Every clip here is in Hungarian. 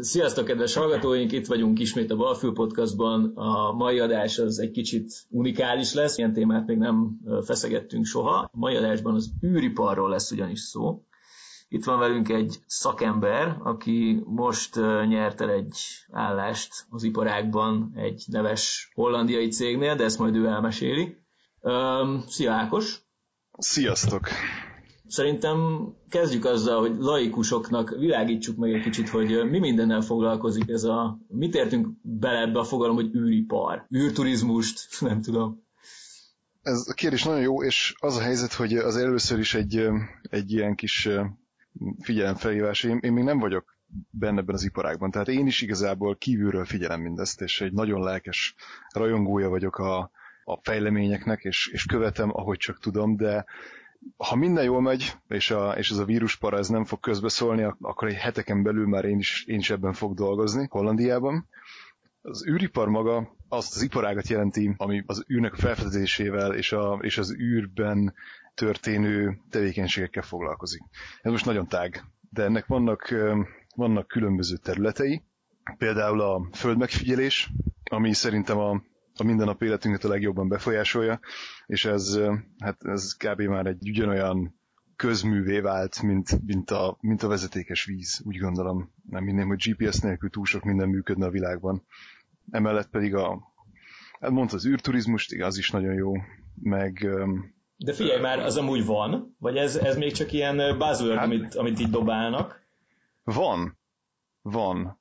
Sziasztok, kedves hallgatóink! Itt vagyunk ismét a Balfül Podcastban. A mai adás az egy kicsit unikális lesz, ilyen témát még nem feszegettünk soha. A mai adásban az űriparról lesz ugyanis szó. Itt van velünk egy szakember, aki most nyert el egy állást az iparágban egy neves hollandiai cégnél, de ezt majd ő elmeséli. Szia Ákos! Sziasztok! Szerintem kezdjük azzal, hogy laikusoknak világítsuk meg egy kicsit, hogy mi mindennel foglalkozik ez a... Mit értünk bele ebbe a fogalom, hogy űripar? Űrturizmust? Nem tudom. Ez a kérdés nagyon jó, és az a helyzet, hogy az először is egy ilyen kis figyelemfelhívás. Én még nem vagyok benne ebben az iparágban, tehát én is igazából kívülről figyelem mindezt, és egy nagyon lelkes rajongója vagyok a fejleményeknek, és követem, ahogy csak tudom, de ha minden jól megy, és ez a víruspara ez nem fog közbeszólni, akkor egy heteken belül már én is ebben fog dolgozni, Hollandiában. Az űripar maga azt az iparágat jelenti, ami az űrnek a felfedezésével és az űrben történő tevékenységekkel foglalkozik. Ez most nagyon tág, de ennek vannak különböző területei, például a földmegfigyelés, ami szerintem a mindennapi életünket a legjobban befolyásolja, és ez kb. Már egy ugyanolyan közművé vált, mint a vezetékes víz, úgy gondolom. Nem hinném, hogy GPS nélkül túl sok minden működne a világban. Emellett pedig mondta az űrturizmust, az is nagyon jó, meg... De figyelj már, az amúgy van? Vagy ez még csak ilyen buzzword, amit így dobálnak? Van.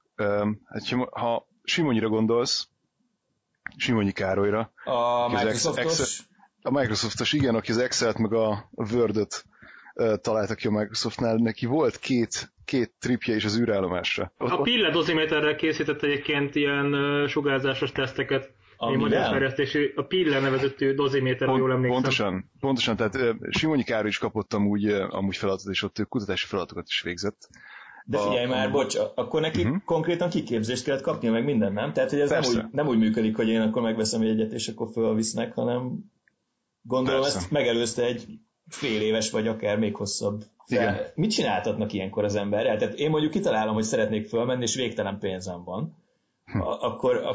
Ha Simonyra gondolsz, Simonyi Károlyra. A Microsoftos? A Microsoftos, igen, aki az Excel-t meg a Word-öt találtak ki a Microsoftnál. Neki volt két tripje is az űrállomásra. A Pille doziméterrel készített egyébként ilyen sugárzásos teszteket. A Pille nevezetű doziméter, jól emlékszem. Pontosan, tehát Simonyi Károly is kapott amúgy feladatot, és ott kutatási feladatokat is végzett. De figyelj már, bocs, akkor neki konkrétan kiképzést kellett kapnia, meg minden, nem? Tehát, hogy ez nem úgy működik, hogy én akkor megveszem egyet, és akkor fölvisznek, hanem gondolom ezt megelőzte egy fél éves, vagy akár még hosszabb. Mit csináltatnak ilyenkor az emberrel? Tehát én mondjuk kitalálom, hogy szeretnék fölmenni, és végtelen pénzem van. Akkor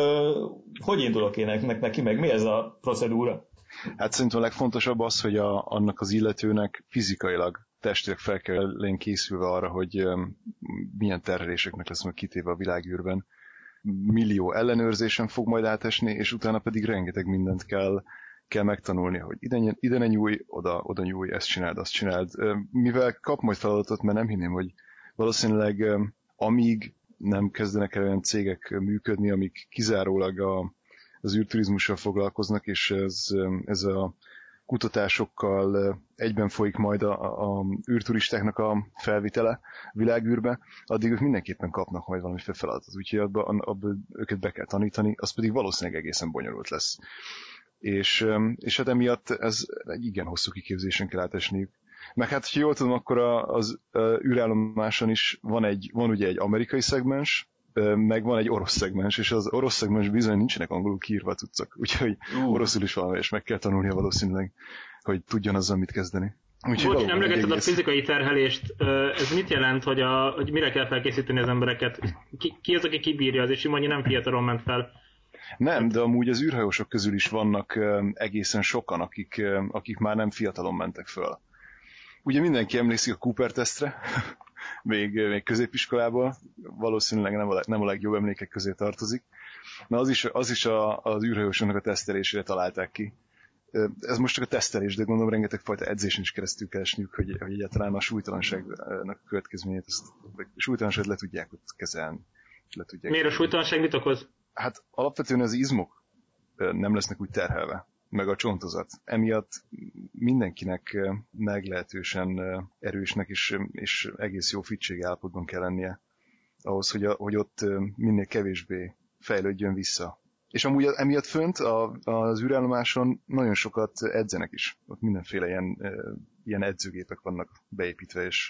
hogy indulok én neki, meg mi ez a procedúra? Hát szerintem a legfontosabb az, hogy annak az illetőnek fizikailag testileg fel kell készülve arra, hogy milyen terheléseknek lesz meg kitéve a világűrben. Millió ellenőrzésen fog majd átesni, és utána pedig rengeteg mindent kell megtanulni, hogy ide ne nyújj, oda nyújj, ezt csináld, azt csináld. Mivel kap majd feladatot, mert nem hinném, hogy valószínűleg amíg nem kezdenek el olyan cégek működni, amik kizárólag az űrturizmussal foglalkoznak, és ez a kutatásokkal egyben folyik majd a űrturistáknak a felvitele világűrbe, addig ők mindenképpen kapnak majd valamiféle feladatot, úgyhogy abba őket be kell tanítani, az pedig valószínűleg egészen bonyolult lesz. És hát emiatt ez egy igen hosszú kiképzésen kell átesniük. Meg hát, ha jól tudom, akkor az űrállomáson is van ugye egy amerikai szegmens, meg van egy orosz szegmens, és az orosz szegmens bizony nincsenek angolul kiírva a cuccok, úgyhogy oroszul is valami, és meg kell tanulnia valószínűleg, hogy tudjon azzal mit kezdeni. Bocs, emlegetted a fizikai terhelést, ez mit jelent, hogy mire kell felkészíteni az embereket? Ki az, aki kibírja, az és Simonyi nem fiatalon ment fel? Nem, de amúgy az űrhajósok közül is vannak egészen sokan, akik már nem fiatalon mentek föl. Ugye mindenki emlékszik a Cooper-tesztre, még középiskolából, valószínűleg nem a legjobb emlékek közé tartozik. Na az is az űrhajósoknak a tesztelésére találták ki. Ez most csak a tesztelés, de gondolom rengeteg fajta edzésen is keresztül kell esniük, hogy egyáltalán a súlytalanságnak a következményét, a súlytalanságot le tudják ott kezelni. Miért a súlytalanság mit okoz? Hát alapvetően az izmok nem lesznek úgy terhelve, meg a csontozat. Emiatt mindenkinek meglehetősen erősnek és egész jó állapotban kell lennie ahhoz, hogy ott minél kevésbé fejlődjön vissza. És amúgy emiatt fönt az űrállomáson nagyon sokat edzenek is. Ott mindenféle ilyen edzőgépek vannak beépítve, és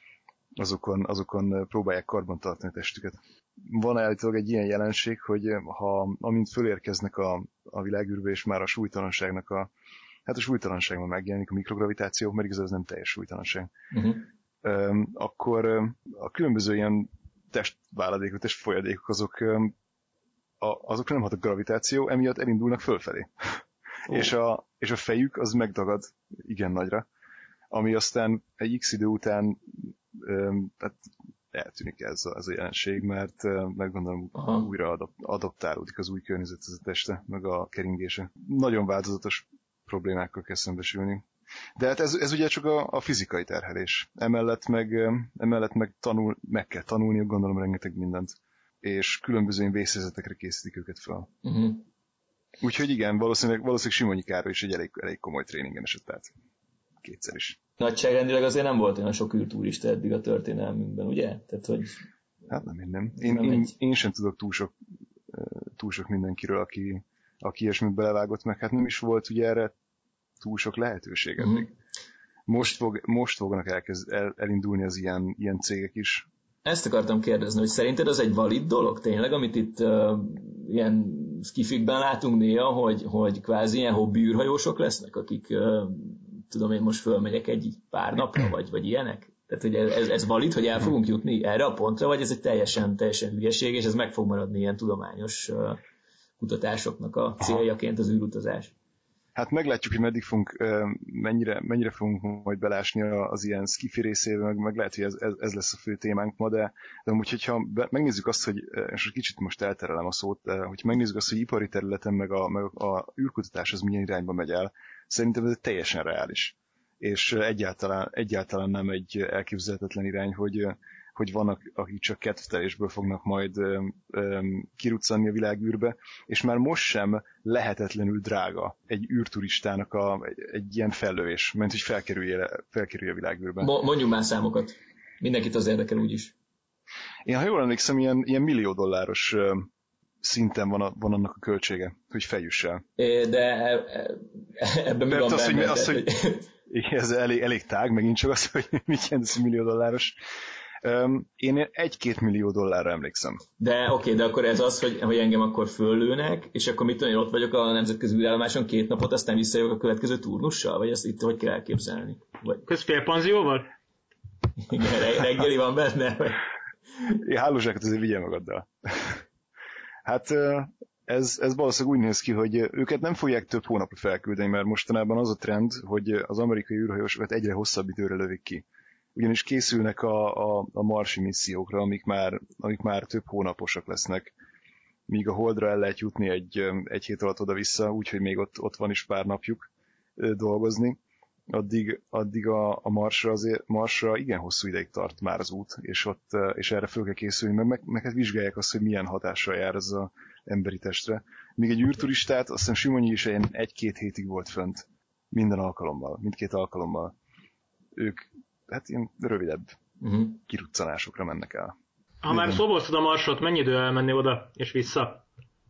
azokon próbálják karbantartani a testüket. Van állítólag egy ilyen jelenség, hogy amint fölérkeznek a világűrbe, és már a súlytalanságnak a súlytalanságban megjelenik a mikrogravitáció, mert igaz, ez nem teljes súlytalanság. Akkor a különböző ilyen testváladékok, testfolyadékok, azok nem hat a gravitáció, emiatt elindulnak fölfelé. És a fejük az megdagad igen nagyra, ami aztán egy x idő után tehát eltűnik ez a jelenség, mert meggondolom újra adaptálódik az új környezethez a teste, meg a keringése. Nagyon változatos problémákkal kell szembesülni. De hát ez ugye csak a fizikai terhelés. Emellett meg meg kell tanulni, gondolom rengeteg mindent. És különböző vészhelyzetekre készítik őket fel. Uh-huh. Úgyhogy igen, valószínűleg Simonyi Károly is egy elég komoly tréningen esett át. Kétszer is. Nagyságrendileg azért nem volt olyan sok űrturista eddig a történelmünkben, ugye? Tehát, hogy... Hát nem. Én sem tudok túl sok mindenkiről, aki ilyesmit belevágott, meg hát nem is volt ugye erre túl sok lehetőség eddig. Most fognak elindulni az ilyen cégek is. Ezt akartam kérdezni, hogy szerinted az egy valid dolog tényleg, amit itt ilyen skifikben látunk néha, hogy kvázi ilyen hobbi űrhajósok lesznek, akik tudom én most fölmegyek egy pár napra, vagy ilyenek? Tehát, hogy ez valid, hogy el fogunk jutni erre a pontra, vagy ez egy teljesen hülyeség, és ez meg fog maradni ilyen tudományos kutatásoknak a céljaként az űrutazás? Hát meglátjuk, hogy meddig fogunk, mennyire fogunk majd belásni az ilyen skifi részével, meg lehet, hogy ez lesz a fő témánk ma, de amúgy, hogyha megnézzük azt, hogy, és kicsit most elterelem a szót, hogy megnézzük azt, hogy ipari területen meg a űrkutatás az milyen irányba megy el, szerintem ez teljesen reális. És egyáltalán nem egy elképzelhetetlen irány, hogy vannak, akik csak kedvtelésből fognak majd kiruccanni a világűrbe, és már most sem lehetetlenül drága egy űrturistának egy ilyen fellövés, mint hogy felkerülje a világűrbe. Mondjuk már számokat. Mindenkit az érdekel úgyis. Én, ha jól emlékszem, ilyen $1 millió szinten van annak a költsége, hogy feljuss el. De ebben mi van benne? Ez elég tág, megint csak az, hogy mit jelent $1 millió. Én $1-2 millió emlékszem. De oké, de akkor ez az, hogy engem akkor föllőnek, és akkor mit tudom, én ott vagyok a nemzetközi űrállomáson 2 napot, aztán visszajövök a következő turnussal? Vagy ezt itt hogy kell elképzelni? Közfélpanzióval? Igen, reggeli van benne? Hálózsákat azért vigyel magaddal. Hát ez valószínűleg úgy néz ki, hogy őket nem fogják több hónapra felküldeni, mert mostanában az a trend, hogy az amerikai űrhajósokat egyre hosszabb időre lövik ki. Ugyanis készülnek a marsi missziókra, amik már több hónaposak lesznek, míg a Holdra el lehet jutni egy hét alatt oda-vissza, úgyhogy még ott van is pár napjuk dolgozni. Addig a Marsra igen hosszú ideig tart már az út, és erre föl kell készülni, meg hát vizsgálják azt, hogy milyen hatással jár ez az emberi testre. Míg egy űrturistát, azt hiszem Simonyi is 1-2 hétig volt fönt mindkét alkalommal. Ők hát ilyen rövidebb kiruccanásokra mennek el. Ha már szóboztad a Marsot, mennyi idő elmenni oda és vissza?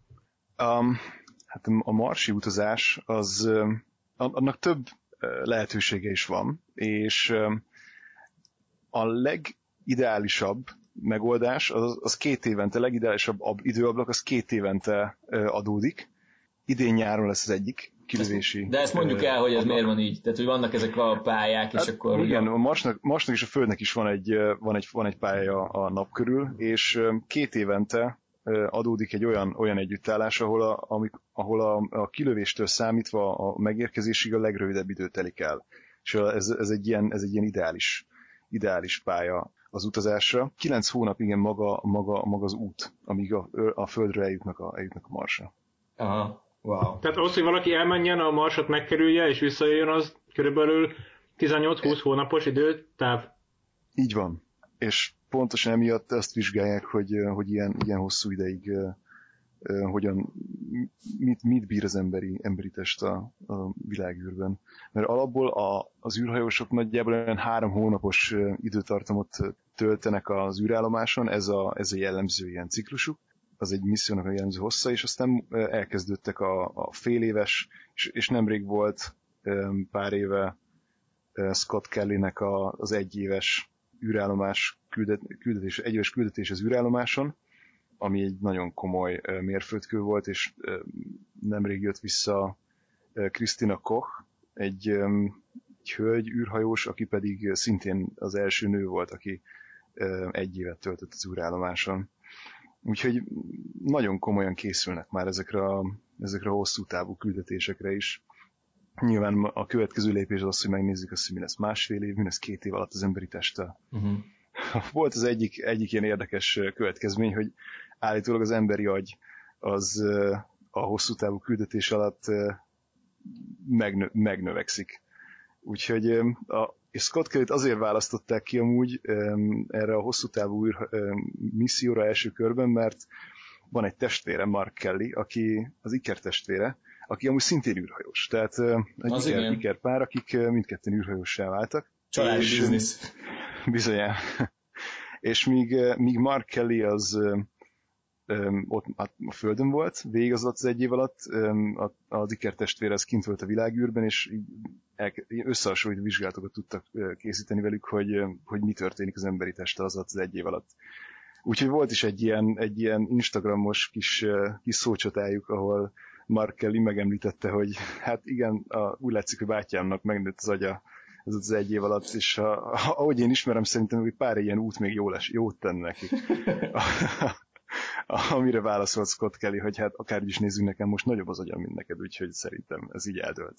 Hát a marsi utazás annak több lehetősége is van, és a legideálisabb megoldás az 2 évente, legideálisabb időablak az 2 évente adódik. Idén nyáron lesz az egyik kilövési. De ezt mondjuk el, hogy ez miért van így. Tehát, hogy vannak ezek a pályák, és akkor... Igen, a Marsnak és a Földnek is van egy pálya a nap körül, és 2 évente adódik egy olyan együttállás, ahol a kilövéstől számítva a megérkezésig a legrövidebb idő telik el. És ez egy ilyen ideális pálya az utazásra. 9 hónap igen maga az út, amíg a Földre eljutnak a Marsra. Aha. Wow. Tehát ahhoz, hogy valaki elmenjen, a Marsot megkerülje, és visszajöjjön, az körülbelül 18-20 hónapos időtáv. Így van. És pontosan emiatt azt vizsgálják, hogy ilyen hosszú ideig mit bír az emberi test a világűrben. Mert alapból az űrhajósok nagyjából olyan 3 hónapos időtartamot töltenek az űrállomáson, ez a jellemző ilyen ciklusuk. Az egy missziónak a jellemző hossza, és aztán elkezdődtek a fél éves, és nemrég volt pár éve Scott Kellynek az 1 éves űrállomás küldetés, 1 éves küldetés az űrállomáson, ami egy nagyon komoly mérföldkő volt, és nemrég jött vissza Christina Koch, egy hölgy űrhajós, aki pedig szintén az első nő volt, aki 1 évet töltött az űrállomáson. Úgyhogy nagyon komolyan készülnek már ezekre a hosszú távú küldetésekre is. Nyilván a következő lépés az, hogy megnézzük azt, hogy mi lesz 1,5 év, mi lesz 2 év alatt az emberi testtel. Volt az egyik ilyen érdekes következmény, hogy állítólag az emberi agy az a hosszú távú küldetés alatt megnövekszik. Úgyhogy és Scott Kellyt azért választották ki amúgy erre a hosszú távú misszióra első körben, mert van egy testvére, Mark Kelly, aki az Iker testvére, aki amúgy szintén űrhajós. Tehát egy Iker pár, akik mindketten űrhajóssá váltak. Családi biznisz. Bizonyán. És míg Mark Kelly az ott a Földön volt, végig az 1 év alatt, az Iker testvére az kint volt a világűrben, és összehasonlító vizsgálatokat tudtak készíteni velük, hogy mi történik az emberi testtel az 1 év alatt. Úgyhogy volt is egy ilyen Instagramos kis szócsatájuk, ahol Mark Kelly megemlítette, hogy hát igen, úgy látszik, hogy bátyámnak megnőtt az agya ez az 1 év alatt, és ahogy én ismerem, szerintem hogy pár ilyen út még jót tenne nekik. Amire válaszolt Scott Kelly, hogy hát akárhogy is nézzünk, nekem most nagyobb az agyam, mint neked, úgyhogy szerintem ez így eldőlt.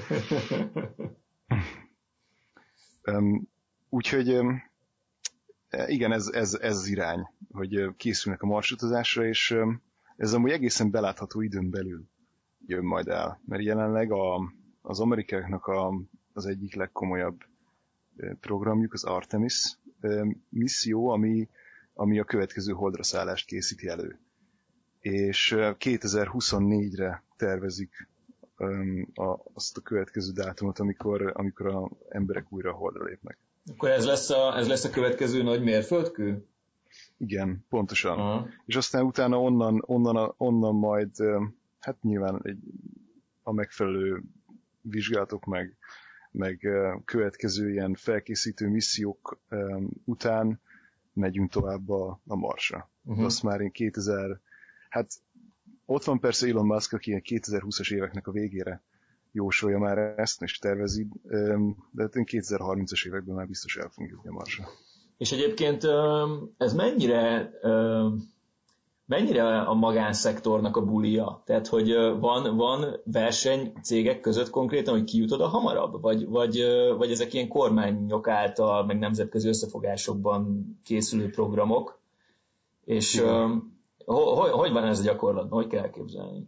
Úgyhogy igen, ez az irány, hogy készülnek a marsutazásra, és ez amúgy egészen belátható időn belül jön majd el, mert jelenleg az amerikáknak az egyik legkomolyabb programjuk az Artemis misszió, ami a következő holdra szállást készíti elő. És 2024-re tervezik azt a következő dátumot, amikor az emberek újra a holdra lépnek. Akkor ez lesz a következő nagy mérföldkő? Igen, pontosan. Aha. És aztán utána onnan majd, hát nyilván a megfelelő vizsgálatok meg következő ilyen felkészítő missziók után megyünk tovább a Marsra. Azt már én hát ott van persze Elon Musk, aki 2020-as éveknek a végére jósolja már ezt, és tervezi, de 2030-as években már biztos el fogunk jutni a Marsra. És egyébként ez mennyire a magánszektornak a bulia? Tehát, hogy van verseny cégek között konkrétan, hogy ki jut oda hamarabb? Vagy ezek ilyen kormányok által, meg nemzetközi összefogásokban készülő programok? És hogy van ez a gyakorlatban? Hogy kell elképzelni?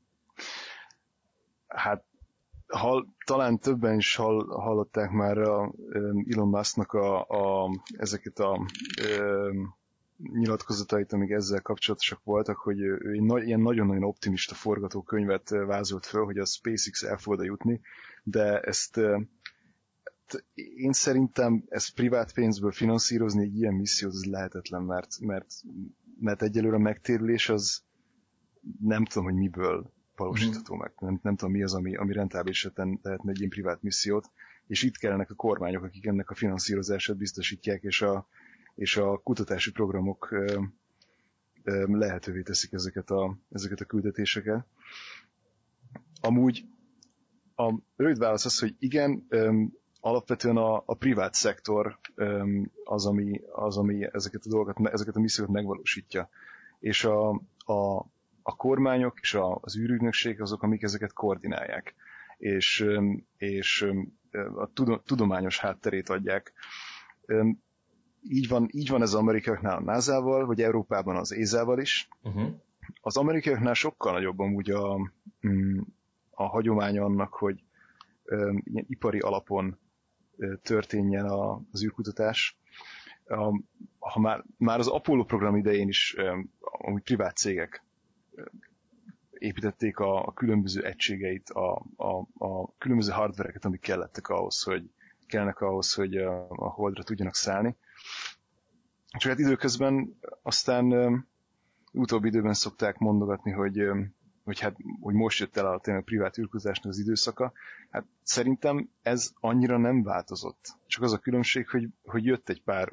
Hát talán többen is hallották már Elon Musknak ezeket a nyilatkozatait, amik ezzel kapcsolatosak voltak, hogy ő ilyen nagyon-nagyon optimista forgatókönyvet vázolt föl, hogy a SpaceX el fog oda jutni, de ezt én szerintem ezt privát pénzből finanszírozni egy ilyen missziót az lehetetlen, mert egyelőre a megtérülés az nem tudom, hogy miből valósítható meg. Nem tudom, mi az, ami rentábilisan tehetne egy ilyen privát missziót, és itt kellenek a kormányok, akik ennek a finanszírozását biztosítják, és a kutatási programok lehetővé teszik ezeket a küldetéseket. Amúgy a rövid válasz az, hogy igen, alapvetően a privát szektor az, ami ezeket a dolgokat, ezeket a missziókat megvalósítja. És a kormányok és az űrügynökség azok, amik ezeket koordinálják, és a tudományos hátterét adják. Így van ez az amerikaiaknál a NASA-val, vagy Európában az ESA-val is. Az amerikaiaknál sokkal nagyobb amúgy a hagyománya annak, hogy ilyen ipari alapon történjen az űrkutatás. Már az Apollo program idején is amúgy privát cégek építették a különböző egységeit, a különböző hardvereket, amik kellnek ahhoz, hogy a holdra tudjanak szállni. Csak hát időközben aztán utóbbi időben szokták mondogatni, hogy most jött el a privát űrkutatásnak az időszaka. Hát szerintem ez annyira nem változott. Csak az a különbség, hogy jött egy pár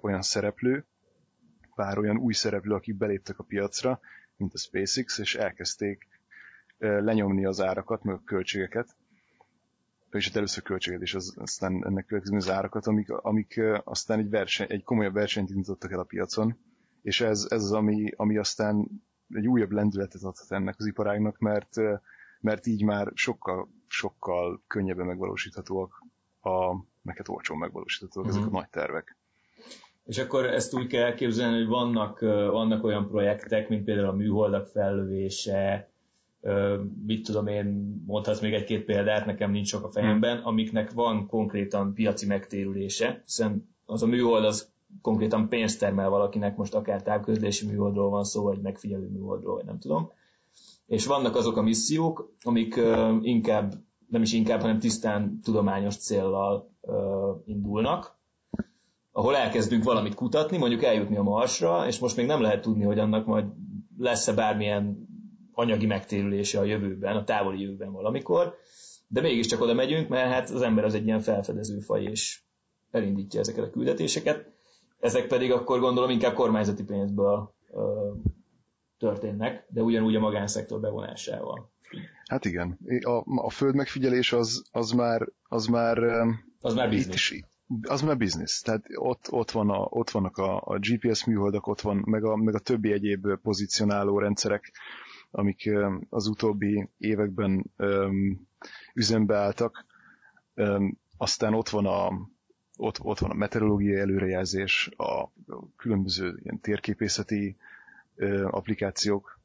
olyan új szereplő, akik beléptek a piacra, mint a SpaceX, és elkezdték lenyomni az árakat, meg a költségeket. és itt először költséget, és aztán ennek következő az árakat, amik aztán egy komolyabb versenyt indítottak el a piacon, és ez az, ami aztán egy újabb lendületet adhat ennek az iparágnak, mert így már sokkal könnyebben megvalósíthatóak, meg hát olcsón megvalósíthatóak ezek a nagy tervek. És akkor ezt úgy kell elképzelni, hogy vannak olyan projektek, mint például a műholdak fellövése, mit tudom én, mondhatsz még egy-két példát, nekem nincs sok a fejemben, amiknek van konkrétan piaci megtérülése, hiszen az a műhold az konkrétan pénzt termel valakinek, most akár távközlési műholdról van szó, vagy megfigyelő műholdról, vagy nem tudom. És vannak azok a missziók, amik hanem tisztán tudományos céllal indulnak, ahol elkezdünk valamit kutatni, mondjuk eljutni a Marsra, és most még nem lehet tudni, hogy annak majd lesz-e bármilyen anyagi megtérülése a jövőben, a távoli jövőben valamikor, de mégiscsak oda megyünk, mert hát az ember az egy ilyen felfedező faj, és elindítja ezeket a küldetéseket. Ezek pedig akkor gondolom inkább kormányzati pénzből történnek, de ugyanúgy a magánszektor bevonásával. Hát igen. A föld megfigyelés az már biznisz. Az már biznisz. Tehát ott vannak a GPS műholdak, ott van meg a többi egyéb pozícionáló rendszerek, amik az utóbbi években üzembe álltak. Aztán ott van a meteorológiai előrejelzés, a különböző ilyen térképészeti applikációk,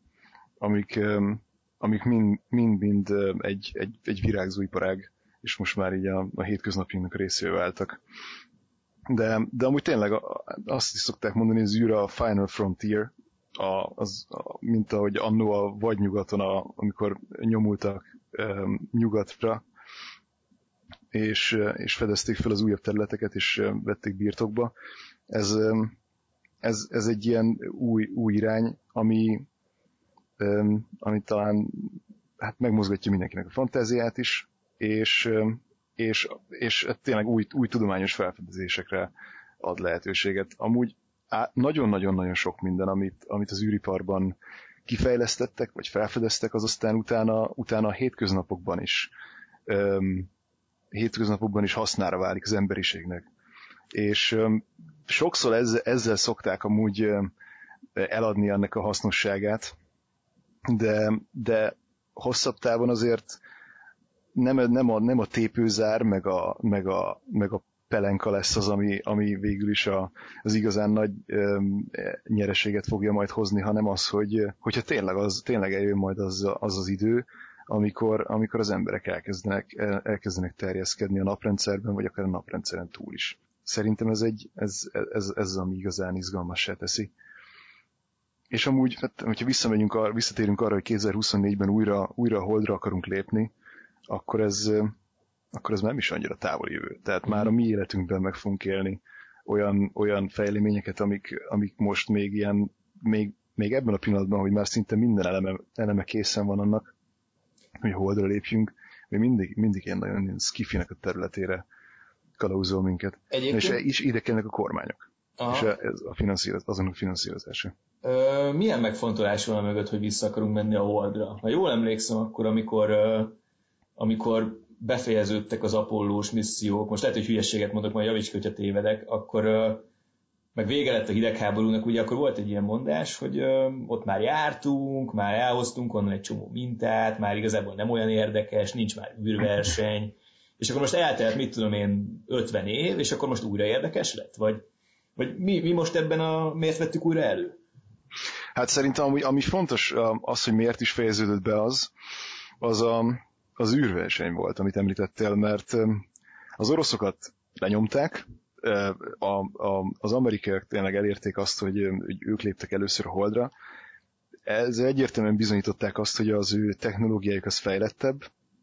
amik mind egy virágzó iparág, és most már így a hétköznapjunknak részévé váltak. De amúgy tényleg azt is szokták mondani, hogy az űr a final frontier, mint ahogy annó a vadnyugaton, amikor nyomultak nyugatra, és fedezték fel az újabb területeket, és vették birtokba. Ez egy ilyen új irány, ami talán hát megmozgatja mindenkinek a fantáziát is, és tényleg új tudományos felfedezésekre ad lehetőséget. Amúgy nagyon-nagyon-nagyon sok minden, amit az űriparban kifejlesztettek, vagy felfedeztek, az aztán utána a hétköznapokban is hasznára válik az emberiségnek. És sokszor ezzel szokták amúgy eladni ennek a hasznosságát, de hosszabb távon azért nem a tépőzár, meg a pelenka lesz az, ami végül is az igazán nagy nyereséget fogja majd hozni, hanem az, hogyha tényleg eljön majd az idő, amikor az emberek elkezdenek terjeszkedni a naprendszerben, vagy akár a naprendszeren túl is. Szerintem ez ami igazán izgalmassá teszi. És amúgy, hát, hogyha visszatérünk arra, hogy 2024-ben újra a Holdra akarunk lépni, akkor ez nem is annyira távoli jövő. Tehát már a mi életünkben meg fogunk élni olyan fejleményeket, amik most még ebben a pillanatban, hogy már szinte minden eleme készen van annak, hogy Holdra lépjünk, még mindig ilyen nagyon skifinek a területére kalauzol minket. És ide kellnek a kormányok. Aha. És ez azonok finanszírozása. Milyen megfontolás van mögött, hogy vissza akarunk menni a Holdra? Ha jól emlékszem, akkor amikor befejeződtek az Apollós missziók, most lehet, hogy hülyességet mondok, majd javíts ki, hogyha tévedek, akkor meg vége lett a hidegháborúnak, ugye akkor volt egy ilyen mondás, hogy ott már jártunk, már elhoztunk onnan egy csomó mintát, már igazából nem olyan érdekes, nincs már űrverseny, és akkor most eltelt, mit tudom én, 50 év, és akkor most újra érdekes lett? Vagy mi most ebben miért vettük újra elő? Hát szerintem ami fontos az, hogy miért is fejeződött be az űrverseny volt, amit említettél, mert az oroszokat lenyomták, az amerikaiak tényleg elérték azt, hogy ők léptek először a Holdra. Ezzel egyértelműen bizonyították azt, hogy az ő technológiájuk az fejlettebb,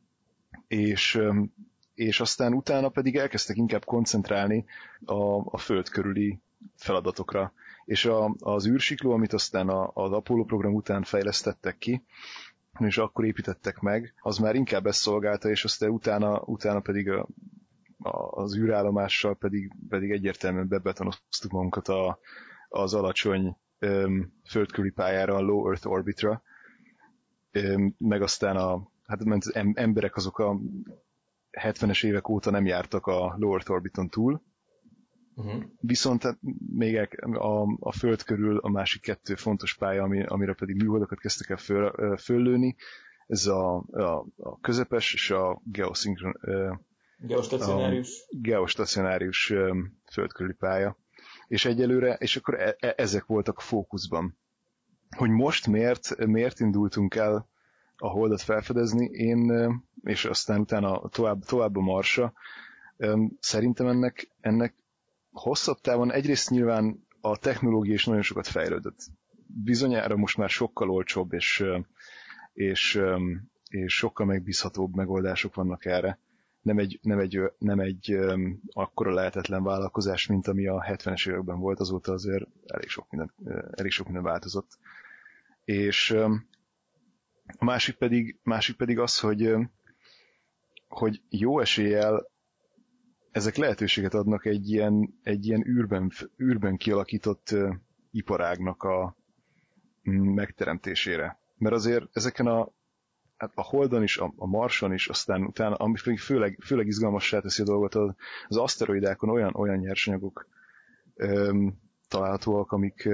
és aztán utána pedig elkezdtek inkább koncentrálni a Föld körüli feladatokra. És az űrsikló, amit aztán az Apollo program után fejlesztettek ki, és akkor építettek meg, az már inkább ezt szolgálta, és aztán utána pedig az űrállomással pedig egyértelműen bebetonoztuk magunkat az alacsony földkörüli pályára, a Low Earth Orbitra, meg aztán az emberek azok 70-es évek óta nem jártak a Low Earth Orbiton túl, viszont még a Föld körül a másik 2 fontos pálya, amire pedig műholdakat kezdtek el föllőni, ez a közepes és a geostacionárius földkörüli pálya. És egyelőre, és akkor ezek voltak a fókuszban. Hogy most miért indultunk el a Holdat felfedezni, és aztán utána tovább a Marsra, szerintem ennek hosszabb távon egyrészt nyilván a technológia is nagyon sokat fejlődött. Bizonyára most már sokkal olcsóbb és sokkal megbízhatóbb megoldások vannak erre. Nem egy akkora lehetetlen vállalkozás, mint ami a 70-es években volt, azóta azért elég sok minden változott. És a másik pedig az, hogy jó eséllyel ezek lehetőséget adnak egy ilyen űrben kialakított iparágnak a megteremtésére. Mert azért ezeken a Holdon is, a Marson is, aztán utána, ami főleg izgalmassá teszi a dolgot, az aszteroidákon olyan nyersanyagok találhatóak,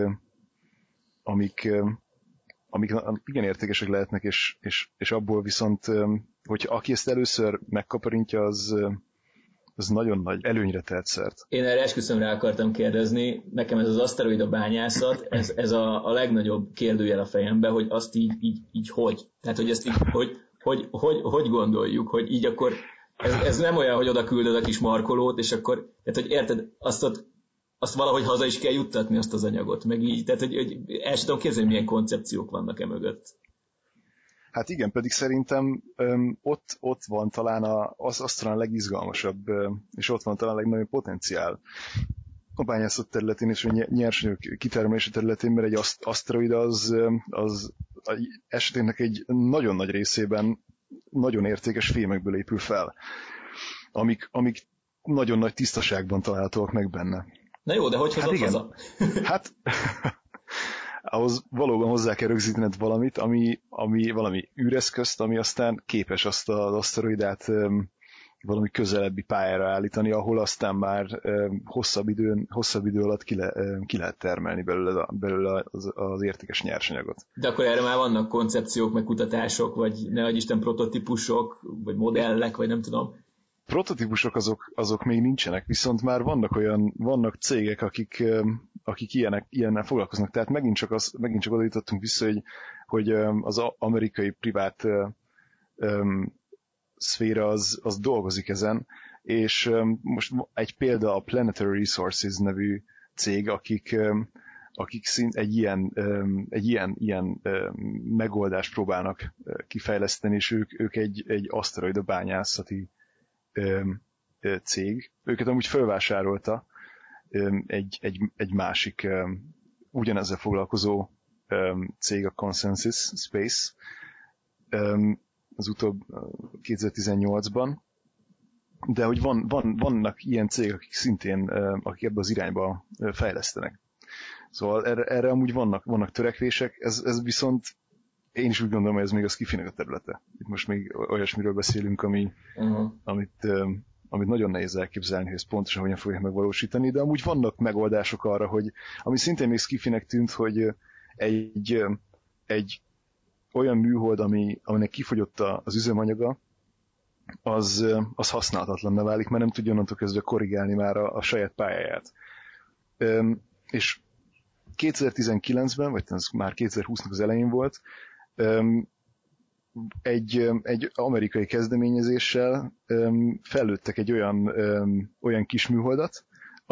amik igen értékesek lehetnek, és abból viszont, hogy aki ezt először megkaparintja, az nagyon nagy előnyre tehet szert. Én erre esküszöm rá akartam kérdezni, nekem ez az aszteroida bányászat, ez a legnagyobb kérdőjel a fejembe, hogy azt így hogy? Tehát, hogy ezt így, hogy gondoljuk, hogy így akkor ez nem olyan, hogy oda küldöd a kis markolót, és akkor, tehát, hogy érted, azt valahogy haza is kell juttatni azt az anyagot, meg így, tehát, hogy el sem tudom képzelni, milyen koncepciók vannak mögött. Hát igen, pedig szerintem ott van talán az talán a legizgalmasabb, és ott van talán a legnagyobb potenciál a bányászat területén és a nyersanyag kitermelési területén, mert egy aszteroida az esetének egy nagyon nagy részében nagyon értékes fémekből épül fel, amik nagyon nagy tisztaságban találhatóak meg benne. Na jó, de hogy hozott haza? Hát ahhoz valóban hozzá kell rögzítened valamit, ami valami űreszközt, ami aztán képes azt az aszteroidát valami közelebbi pályára állítani, ahol aztán már hosszabb idő alatt ki lehet termelni belőle az értékes nyersanyagot. De akkor erre már vannak koncepciók, meg kutatások, vagy ne adj Isten prototípusok, vagy modellek, vagy nem tudom. Prototípusok azok még nincsenek, viszont már vannak cégek, akik ilyennel foglalkoznak. Tehát megint csak oda jutottunk vissza, hogy az amerikai privát szféra az dolgozik ezen, és most egy példa a Planetary Resources nevű cég, akik egy ilyen megoldást próbálnak kifejleszteni, és ők egy aszteroida bányászati cég. Őket amúgy fölvásárolta egy másik ugyanezzel foglalkozó cég, a Consensus Space, az utóbb 2018-ban, de hogy vannak ilyen cégek, akik szintén akik ebbe az irányba fejlesztenek. Szóval erre amúgy vannak törekvések, ez viszont én is úgy gondolom, hogy ez még a sci-finek a területe. Itt most még olyasmiről beszélünk, amit nagyon nehéz elképzelni, hogy ezt pontosan hogyan fogják megvalósítani, de amúgy vannak megoldások arra, hogy ami szintén még sci-finek tűnt, hogy egy olyan műhold, aminek kifogyott az üzemanyaga, az használhatatlanná válik, mert nem tudja onnantól kezdve korrigálni már a saját pályáját. És 2019-ben, vagy ez már 2020-nak az elején volt, egy amerikai kezdeményezéssel fellőttek egy olyan kis műholdat,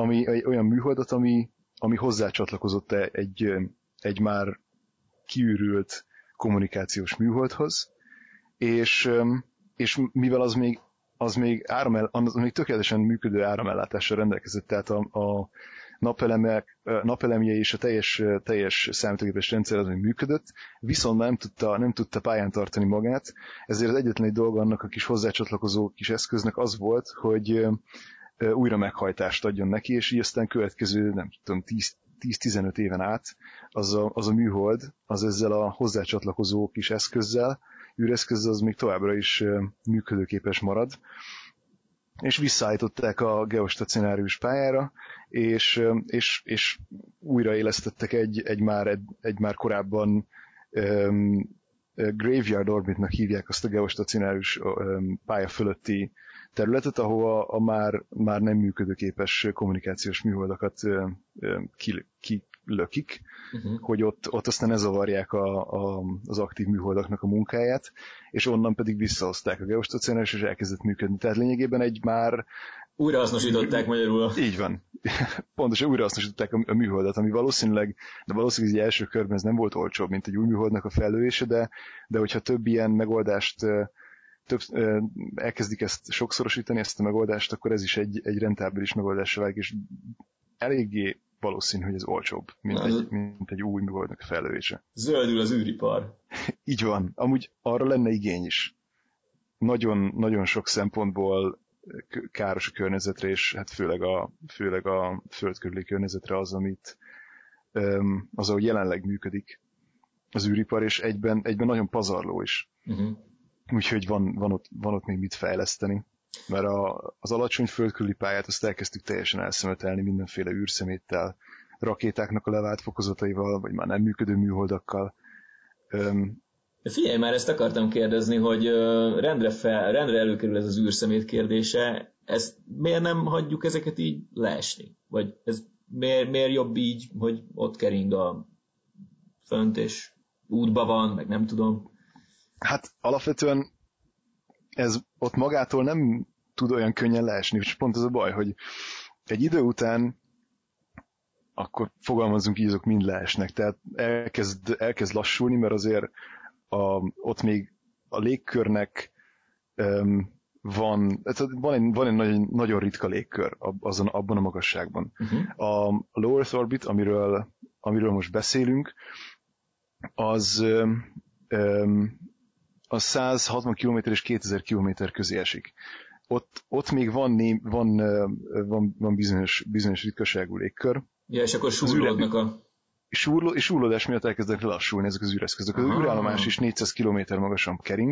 ami hozzácsatlakozott egy már kiürült kommunikációs műholdhoz, és mivel az még tökéletesen működő áramellátással rendelkezett, tehát a napelemje és a teljes számítógépes rendszer az még működött, viszont már nem tudta pályán tartani magát, ezért az egyetlen egy dolga annak a kis hozzácsatlakozó kis eszköznek az volt, hogy újra meghajtást adjon neki, és így aztán következő, nem tudom, 10-15 éven át az a műhold, az ezzel a hozzácsatlakozó kis eszközzel, űreszközzel az még továbbra is működőképes marad, és visszaállították a geostacionárius pályára, és újraélesztettek egy már korábban Graveyard Orbitnak hívják azt a geostacionárius pálya fölötti területet, ahova a már nem működőképes kommunikációs műholdakat kilökik, hogy ott aztán ne zavarják az aktív műholdaknak a munkáját, és onnan pedig visszahozták a geostacionárius, és elkezdett működni. Tehát lényegében egy már... Újrahasznosították magyarul. Így van. Pontosan újrahasznosították a műholdat, ami valószínűleg egy első körben ez nem volt olcsóbb, mint egy új műholdnak a fellövése, de hogyha több ilyen megoldást elkezdik ezt sokszorosítani, ezt a megoldást, akkor ez is egy rentábilis megoldásra válik, és eléggé valószínű, hogy ez olcsóbb, mint egy új műholdnak a fellövése. Zöldül az űripar. Így van. Amúgy arra lenne igény is. Nagyon, nagyon sok szempontból káros a környezetre, és hát főleg a föld körüli környezetre ahogy jelenleg működik az űripar, és egyben nagyon pazarló is. Úgyhogy van ott még mit fejleszteni. Mert az alacsony földkörüli pályát azt elkezdtük teljesen elszemetelni mindenféle űrszeméttel, rakétáknak a levált fokozataival, vagy már nem működő műholdakkal. Figyelj, már ezt akartam kérdezni, hogy rendre előkerül ez az űrszemét kérdése. Ezt miért nem hagyjuk ezeket így leesni? Vagy ez miért jobb így, hogy ott kering a fönt, és útba van, meg nem tudom. Hát alapvetően ez ott magától nem tud olyan könnyen leesni, és pont az a baj, hogy egy idő után akkor fogalmazunk így, azok mind leesnek. Tehát elkezd lassulni, mert azért ott még a légkörnek van egy nagyon, nagyon ritka légkör abban a magasságban. A Low Earth Orbit, amiről most beszélünk, az 160 km és 2000 km közé esik. Ott még van bizonyos ritkaságú légkör. Ja, és akkor súrlódnak és súrlódás miatt elkezdenek lassulni ezek az üreszközök. Az űrállomás is 400 km magasan kering,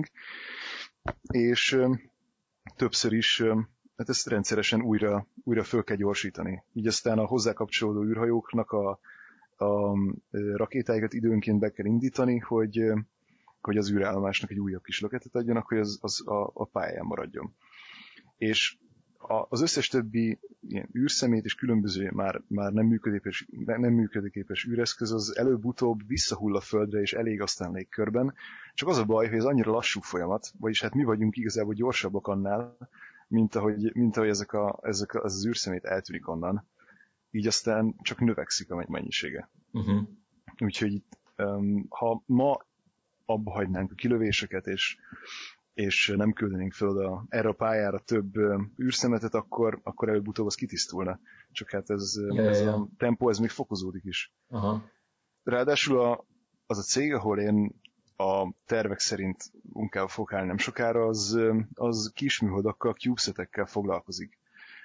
és többször is hát ezt rendszeresen újra föl kell gyorsítani. Így aztán a hozzá kapcsolódó űrhajóknak a rakétáikat időnként be kell indítani, hogy az űrállomásnak egy újabb kis löketet adjanak, hogy az a pályán maradjon. És az összes többi ilyen űrszemét és különböző már nem működőképes űreszköz az előbb-utóbb visszahull a Földre és elég aztán légkörben. Csak az a baj, hogy ez annyira lassú folyamat, vagyis hát mi vagyunk igazából gyorsabbak annál, mint ahogy ezek az űrszemét eltűnik onnan. Így aztán csak növekszik a mennyisége. Úgyhogy ha ma abba hagynánk a kilövéseket, és nem küldenénk fel erre a pályára több űrszemetet, akkor előbb-utóbb az kitisztulna. Csak hát ez a tempó, ez még fokozódik is. Aha. Ráadásul az a cég, ahol én a tervek szerint munkába fog állni nem sokára, az kisműholdakkal, CubeSat-ekkel foglalkozik.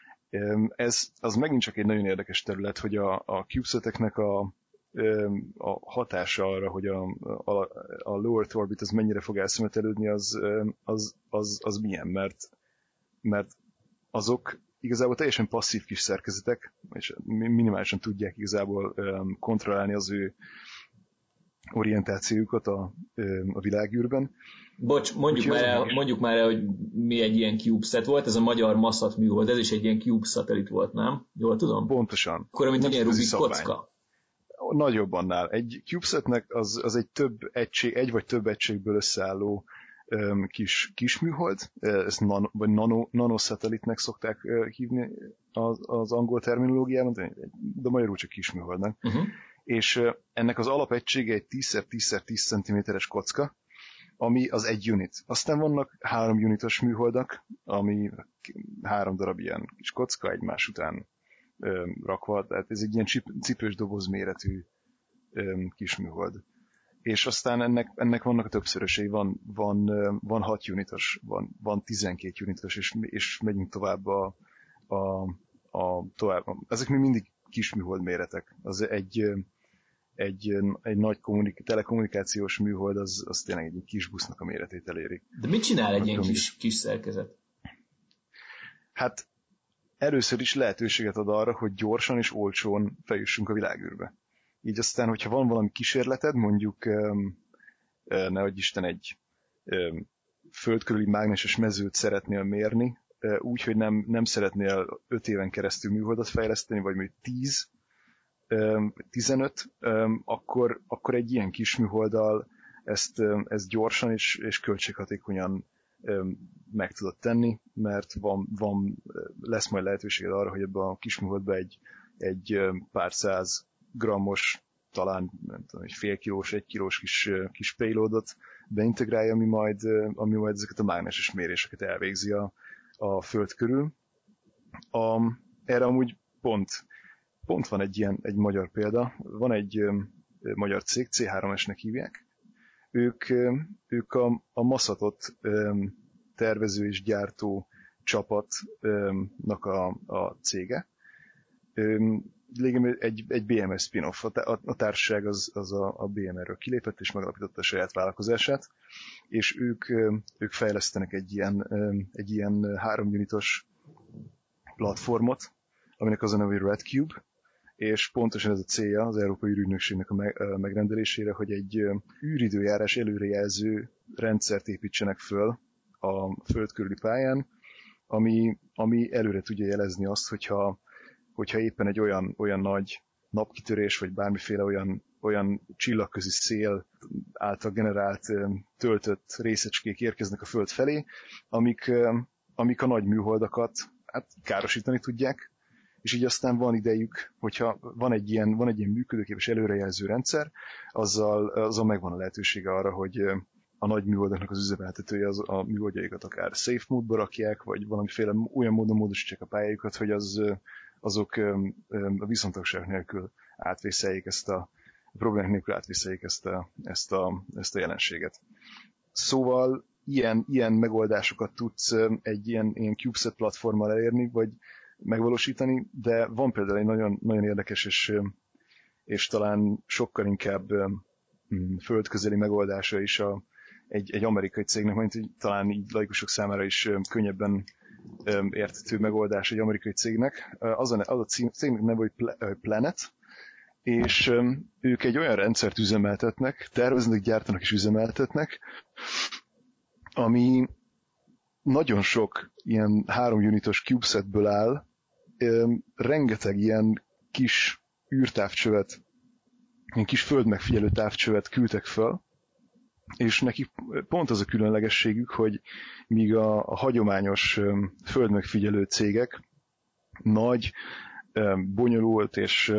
Az megint csak egy nagyon érdekes terület, hogy a CubeSat-eknek a hatása arra, hogy a Low Earth Orbit az mennyire fog elszemetelődni, az milyen, mert azok igazából teljesen passzív kis szerkezetek, és minimálisan tudják igazából kontrollálni az ő orientációjukat a világűrben. Bocs, mondjuk már el, hogy mi egy ilyen CubeSat volt, ez a magyar Massat műhold, ez is egy ilyen CubeSatellit volt, nem? Jól tudom? Pontosan. Akkor, mint egy ilyen Rubik kocka. Nagyobb annál. Egy CubeSatnek az egy vagy több egységből összeálló kis műhold, ezt nanosatellitnek szokták hívni az angol terminológiában, de magyarul csak kis műholdnak. És ennek az alapegysége egy 10x10x10 cm-es kocka, ami az egy unit. Aztán vannak 3 unitos műholdak, ami 3 darab ilyen kis kocka egymás után rakva, tehát ez egy ilyen cipős doboz méretű kis műhold. És aztán ennek vannak a többszörösei, van 6 unitos, van 12 unitos, és megyünk tovább tovább. Ezek még mindig kis műhold méretek. Az egy nagy telekommunikációs műhold, az tényleg egy kis busznak a méretét eléri. De mit csinál egy ilyen kis szerkezet? Hát először is lehetőséget ad arra, hogy gyorsan és olcsón feljussunk a világűrbe. Így aztán, hogyha van valami kísérleted, mondjuk nehogy Isten egy föld körüli mágneses mezőt szeretnél mérni, úgy, hogy nem szeretnél 5 éven keresztül műholdat fejleszteni, vagy mondjuk 10, 15, akkor egy ilyen kis műholddal ezt gyorsan és költséghatékonyan meg tudod tenni, mert lesz majd lehetőséged arra, hogy ebben a kis műholdban egy pár száz grammos, talán nem tudom, egy fél kilós, 1 kilós kis payloadot beintegrálja, ami majd ezeket a mágneses méréseket elvégzi a Föld körül. Erre amúgy pont van egy magyar példa. Van egy magyar cég, C3S-nek hívják. Ők a Massatot tervező és gyártó csapatnak a cége. Egy BMS spin-off. A társaság az a BMR-ről kilépett, és megalapította a saját vállalkozását, és ők fejlesztenek egy ilyen 3 unitos platformot, aminek az a neve Red Cube, és pontosan ez a célja az Európai űrügynökségnek a megrendelésére, hogy egy űridőjárás előrejelző rendszert építsenek föl a föld körüli pályán, ami előre tudja jelezni azt, hogyha éppen egy olyan nagy napkitörés, vagy bármiféle olyan csillagközi szél által generált, töltött részecskék érkeznek a Föld felé, amik a nagy műholdakat károsítani tudják, és így aztán van idejük, hogyha van egy ilyen működőképes előrejelző rendszer, azzal megvan a lehetősége arra, hogy a nagy műholdaknak az üzemeltetője a műholdjaikat akár safe módba rakják, vagy valamiféle olyan módon módosítsák a pályájukat, hogy azok a viszontagság nélkül átvészeljék a problémák nélkül átvészeljék ezt a jelenséget. Szóval ilyen megoldásokat tudsz egy ilyen CubeSat platformmal elérni, vagy megvalósítani, de van például egy nagyon, nagyon érdekes és talán sokkal inkább földközeli megoldása is egy amerikai cégnek, mint talán így laikusok számára is könnyebben érthető megoldás egy amerikai cégnek. Az a cégnek neve, hogy Planet, és ők egy olyan rendszert üzemeltetnek, terveznek, gyártanak és üzemeltetnek, ami nagyon sok ilyen 3 unitos CubeSatből áll, rengeteg ilyen kis űrtávcsövet, ilyen kis földmegfigyelő távcsövet küldtek fel, és nekik pont az a különlegességük, hogy míg a hagyományos földmegfigyelő cégek nagy, bonyolult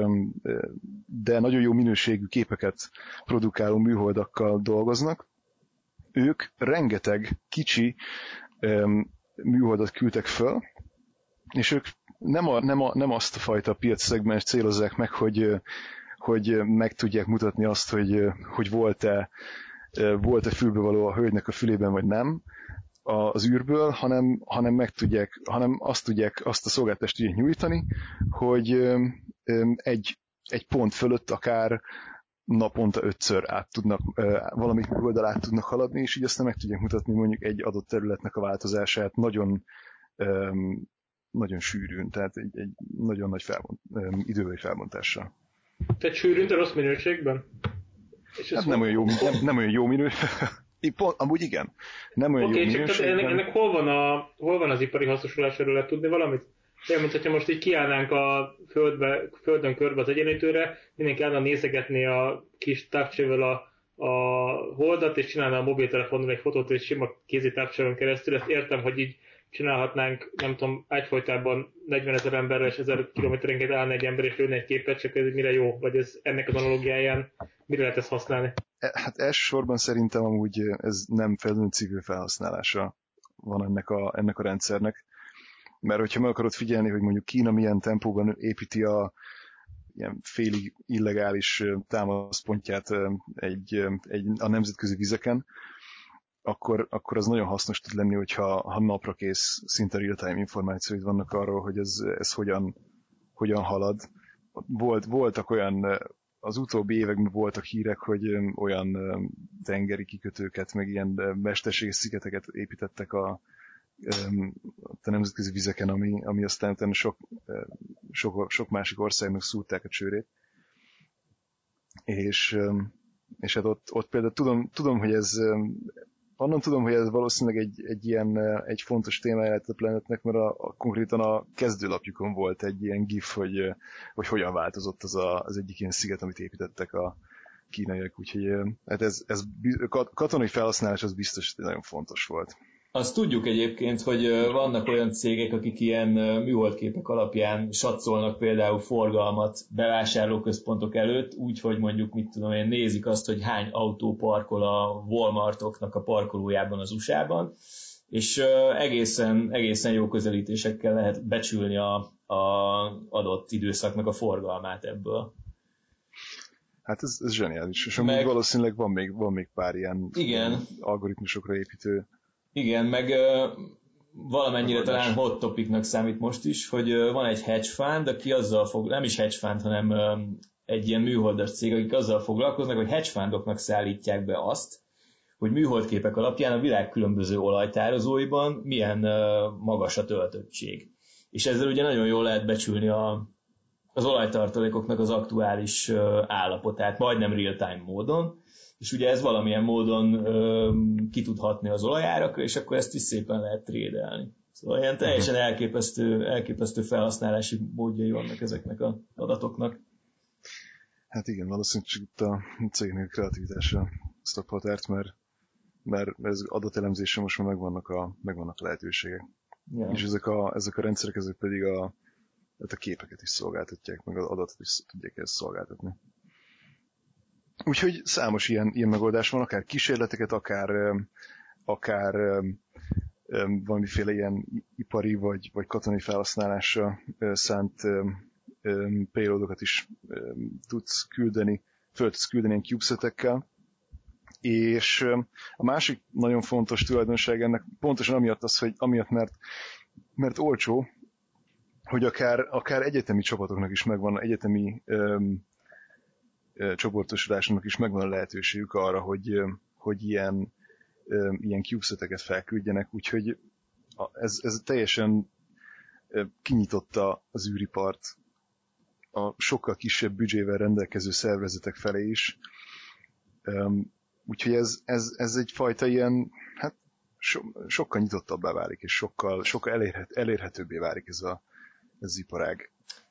de nagyon jó minőségű képeket produkáló műholdakkal dolgoznak, ők rengeteg kicsi műholdat küldtek föl, és ők nem azt a fajta piac-szegmens célozzák meg, hogy meg tudják mutatni azt, hogy volt-e fülbevaló a hölgynek a fülében, vagy nem az űrből, hanem azt a szolgáltást tudják nyújtani, hogy egy pont fölött akár naponta 5-ször valamelyik műholddal át tudnak haladni, és így aztán meg tudják mutatni mondjuk egy adott területnek a változását nagyon, nagyon sűrűn, tehát egy nagyon nagy időbeli felbontással. Tehát sűrűn, de rossz minőségben? Hát nem olyan jó minőség. Amúgy igen. Nem olyan jó minőségben. Ennek hol van az ipari hasznosulásáról, lehet tudni valamit? Olyan, mint hogyha most így kiállnánk a földön körbe az egyenlítőre, mindenki állna nézegetni a kis távcsővel a holdat, és csinálna a mobiltelefonon egy fotót, és sima kézi távcsőn keresztül. Ezt értem, hogy így csinálhatnánk, nem tudom, egyfolytában 40 000 emberrel és 1000 kilométerenként állna egy ember és lőne egy képet, csak ez mire jó? Vagy ez ennek az analógiáján mire lehet ezt használni? Hát elsősorban szerintem amúgy ez nem feltétlenül civil felhasználása van ennek a rendszernek. Mert hogyha meg akarod figyelni, hogy mondjuk Kína milyen tempóban építi ilyen félig illegális támaszpontját a nemzetközi vizeken, akkor az nagyon hasznos tud lenni, hogyha napra kész, szinte real-time információid vannak arról, hogy ez hogyan halad. Voltak olyan, az utóbbi években voltak hírek, hogy olyan tengeri kikötőket, meg ilyen mesterséges szigeteket építettek a nemzetközi vizeken, ami aztán sok másik országnak szúrták a csőrét. És hát ott például tudom, hogy ez onnan tudom, hogy ez valószínűleg egy fontos témája lett a Planetnek, mert konkrétan a kezdőlapjukon volt egy ilyen gif, hogy hogyan változott az egyik ilyen sziget, amit építettek a kínaiak, úgyhogy hát ez katonai felhasználás az biztos nagyon fontos volt. Azt tudjuk egyébként, hogy vannak olyan cégek, akik ilyen műholdképek alapján satszolnak például forgalmat bevásárlóközpontok előtt, úgyhogy mondjuk, mit tudom én, nézik azt, hogy hány autó parkol a Walmartoknak a parkolójában az USA-ban, és egészen jó közelítésekkel lehet becsülni a adott időszaknak a forgalmát ebből. Hát ez zseniális, és amúgy valószínűleg van még pár ilyen algoritmusokra építő. Igen, meg valamennyire talán hot topicnak számít most is, hogy van egy hedge fund, aki azzal nem is hedge fund, hanem egy ilyen műholdas cég, akik azzal foglalkoznak, hogy hedge fundoknak szállítják be azt, hogy műholdképek alapján a világ különböző olajtározóiban milyen magas a töltöttség. És ezzel ugye nagyon jól lehet becsülni az olajtartalékoknak az aktuális állapotát, majdnem real-time módon, és ugye ez valamilyen módon ki tud hatni az olajárakra, és akkor ezt is szépen lehet trédelni. Szóval ilyen teljesen elképesztő felhasználási módjai vannak ezeknek az adatoknak. Hát igen, valószínűleg csak itt a cégnek a kreativitásra sztophatárt, mert ez adatelemzésre most már megvannak a lehetőségek. Ja. És ezek a rendszerek, ezek pedig a képeket is szolgáltatják, meg az adatot is tudják ezt szolgáltatni. Úgyhogy számos ilyen megoldás van, akár kísérleteket, akár valamiféle ilyen ipari vagy katonai felhasználásra szánt payloadokat is tudsz küldeni, föl tudsz küldeni ilyen CubeSat-ekkel. És a másik nagyon fontos tulajdonság ennek pontosan amiatt, mert olcsó, hogy akár egyetemi csapatoknak is megvan, egyetemi csoportosodásnak is megvan a lehetőségük arra, hogy ilyen CubeSat-eket felküldjenek, úgyhogy ez teljesen kinyitotta az űripart a sokkal kisebb büdzsével rendelkező szervezetek felé is. Úgyhogy ez egyfajta ilyen, hát sokkal nyitottabbá válik, és sokkal elérhetőbbé válik ez az iparág.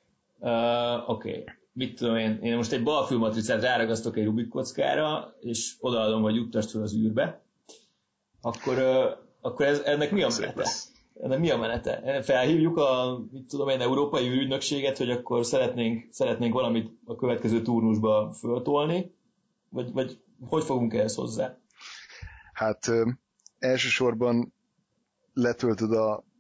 Oké. Mit tudom én most egy balfülmatricát ráragasztok egy Rubik kockára, és odaadom, hogy juttasd fel az űrbe, akkor ennek mi a menete? Ennek mi a menete? Felhívjuk mit tudom én, Európai űrügynökséget, hogy akkor szeretnénk valamit a következő turnusba föltolni, vagy hogy fogunk ehhez hozzá? Hát elsősorban letöltöd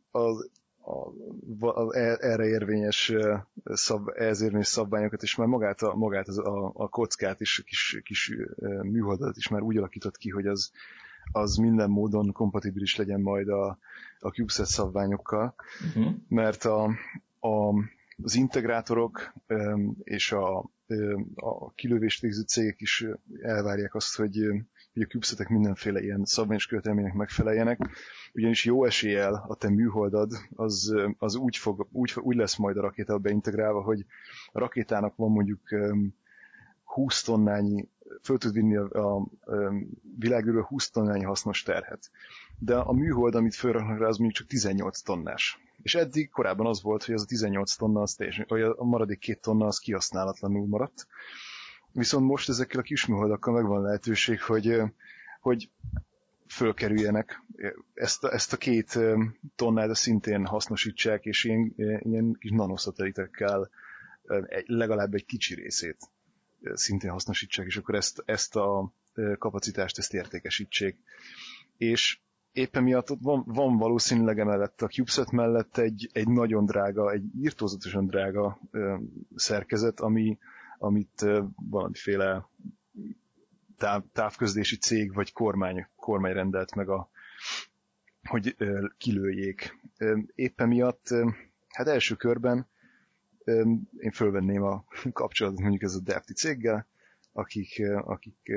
erre érvényes szabványokat, és már magát a kockát is, kis műholdat is már úgy alakított ki, hogy az minden módon kompatibilis legyen majd a CubeSat szabványokkal, mert az integrátorok és a kilövést végző cégek is elvárják azt, hogy a CubeSatek mindenféle ilyen szabványos követelménynek megfeleljenek, ugyanis jó eséllyel a te műholdad az úgy lesz majd a rakétába beintegrálva, hogy a rakétának van mondjuk 20 tonnányi, föl tud vinni a világűrből 20 tonnányi hasznos terhet. De a műhold, amit fölraknak rá, az mondjuk csak 18 tonnás. És eddig korábban az volt, hogy az a 18 tonna, az teljesen, vagy a maradék 2 tonna az kihasználatlanul maradt. Viszont most ezekkel a kis műholdakkal megvan lehetőség, hogy fölkerüljenek. Ezt a 2 tonnát szintén hasznosítsák, és ilyen kis nanoszatelitekkel legalább egy kicsi részét szintén hasznosítsák, és akkor ezt a kapacitást értékesítsék. És éppen miatt van valószínűleg emellett a CubeSat mellett egy nagyon drága, egy irtózatosan drága szerkezet, amit valamiféle távközlési cég vagy kormány rendelt meg, hogy kilőjék. Éppen miatt, hát első körben én fölvenném a kapcsolatot mondjuk ez a Defti céggel, akik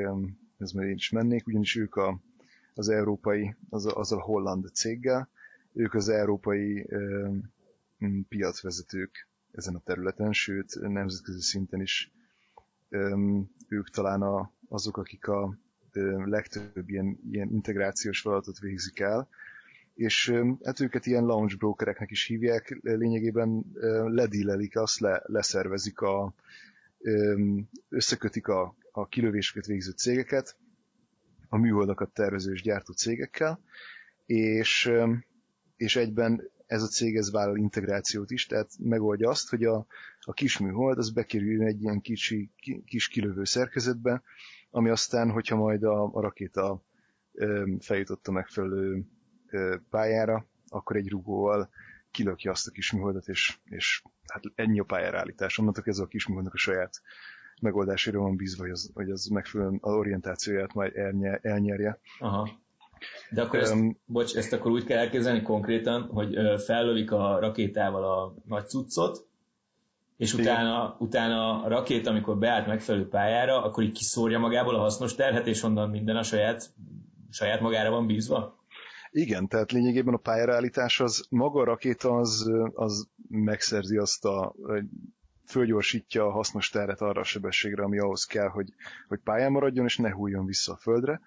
ez már én is mennék, ugyanis ők az európai, az a holland céggel, ők az európai piacvezetők ezen a területen, sőt, nemzetközi szinten is ők talán azok, akik a legtöbb ilyen integrációs feladatot végzik el, és hát őket ilyen launch brokereknek is hívják, lényegében ledílelik azt, leszervezik, összekötik a kilövéseket végző cégeket, a műholdakat tervező és gyártó cégekkel, és egyben ez a cég vállal integrációt is, tehát megoldja azt, hogy a kis műhold az bekerüljön egy ilyen kis kilövő szerkezetbe, ami aztán, hogyha majd a rakéta feljutott a megfelelő pályára, akkor egy rugóval kilöki azt a kis műholdat, és hát ennyi a pályára állítás. Onnantól ez a kis műholdnak a saját megoldására van bízva, hogy az megfelelően az orientációját majd elnyerje. Aha. De akkor ezt akkor úgy kell elképzelni konkrétan, hogy fellövik a rakétával a nagy cuccot, és utána a rakéta, amikor beállt megfelelő pályára, akkor így kiszórja magából a hasznos terhet, és onnan minden a saját magára van bízva? Igen, tehát lényegében a pályára állítás az, maga a rakéta az megszerzi azt fölgyorsítja a hasznos terhet arra a sebességre, ami ahhoz kell, hogy pályán maradjon, és ne hulljon vissza a földre.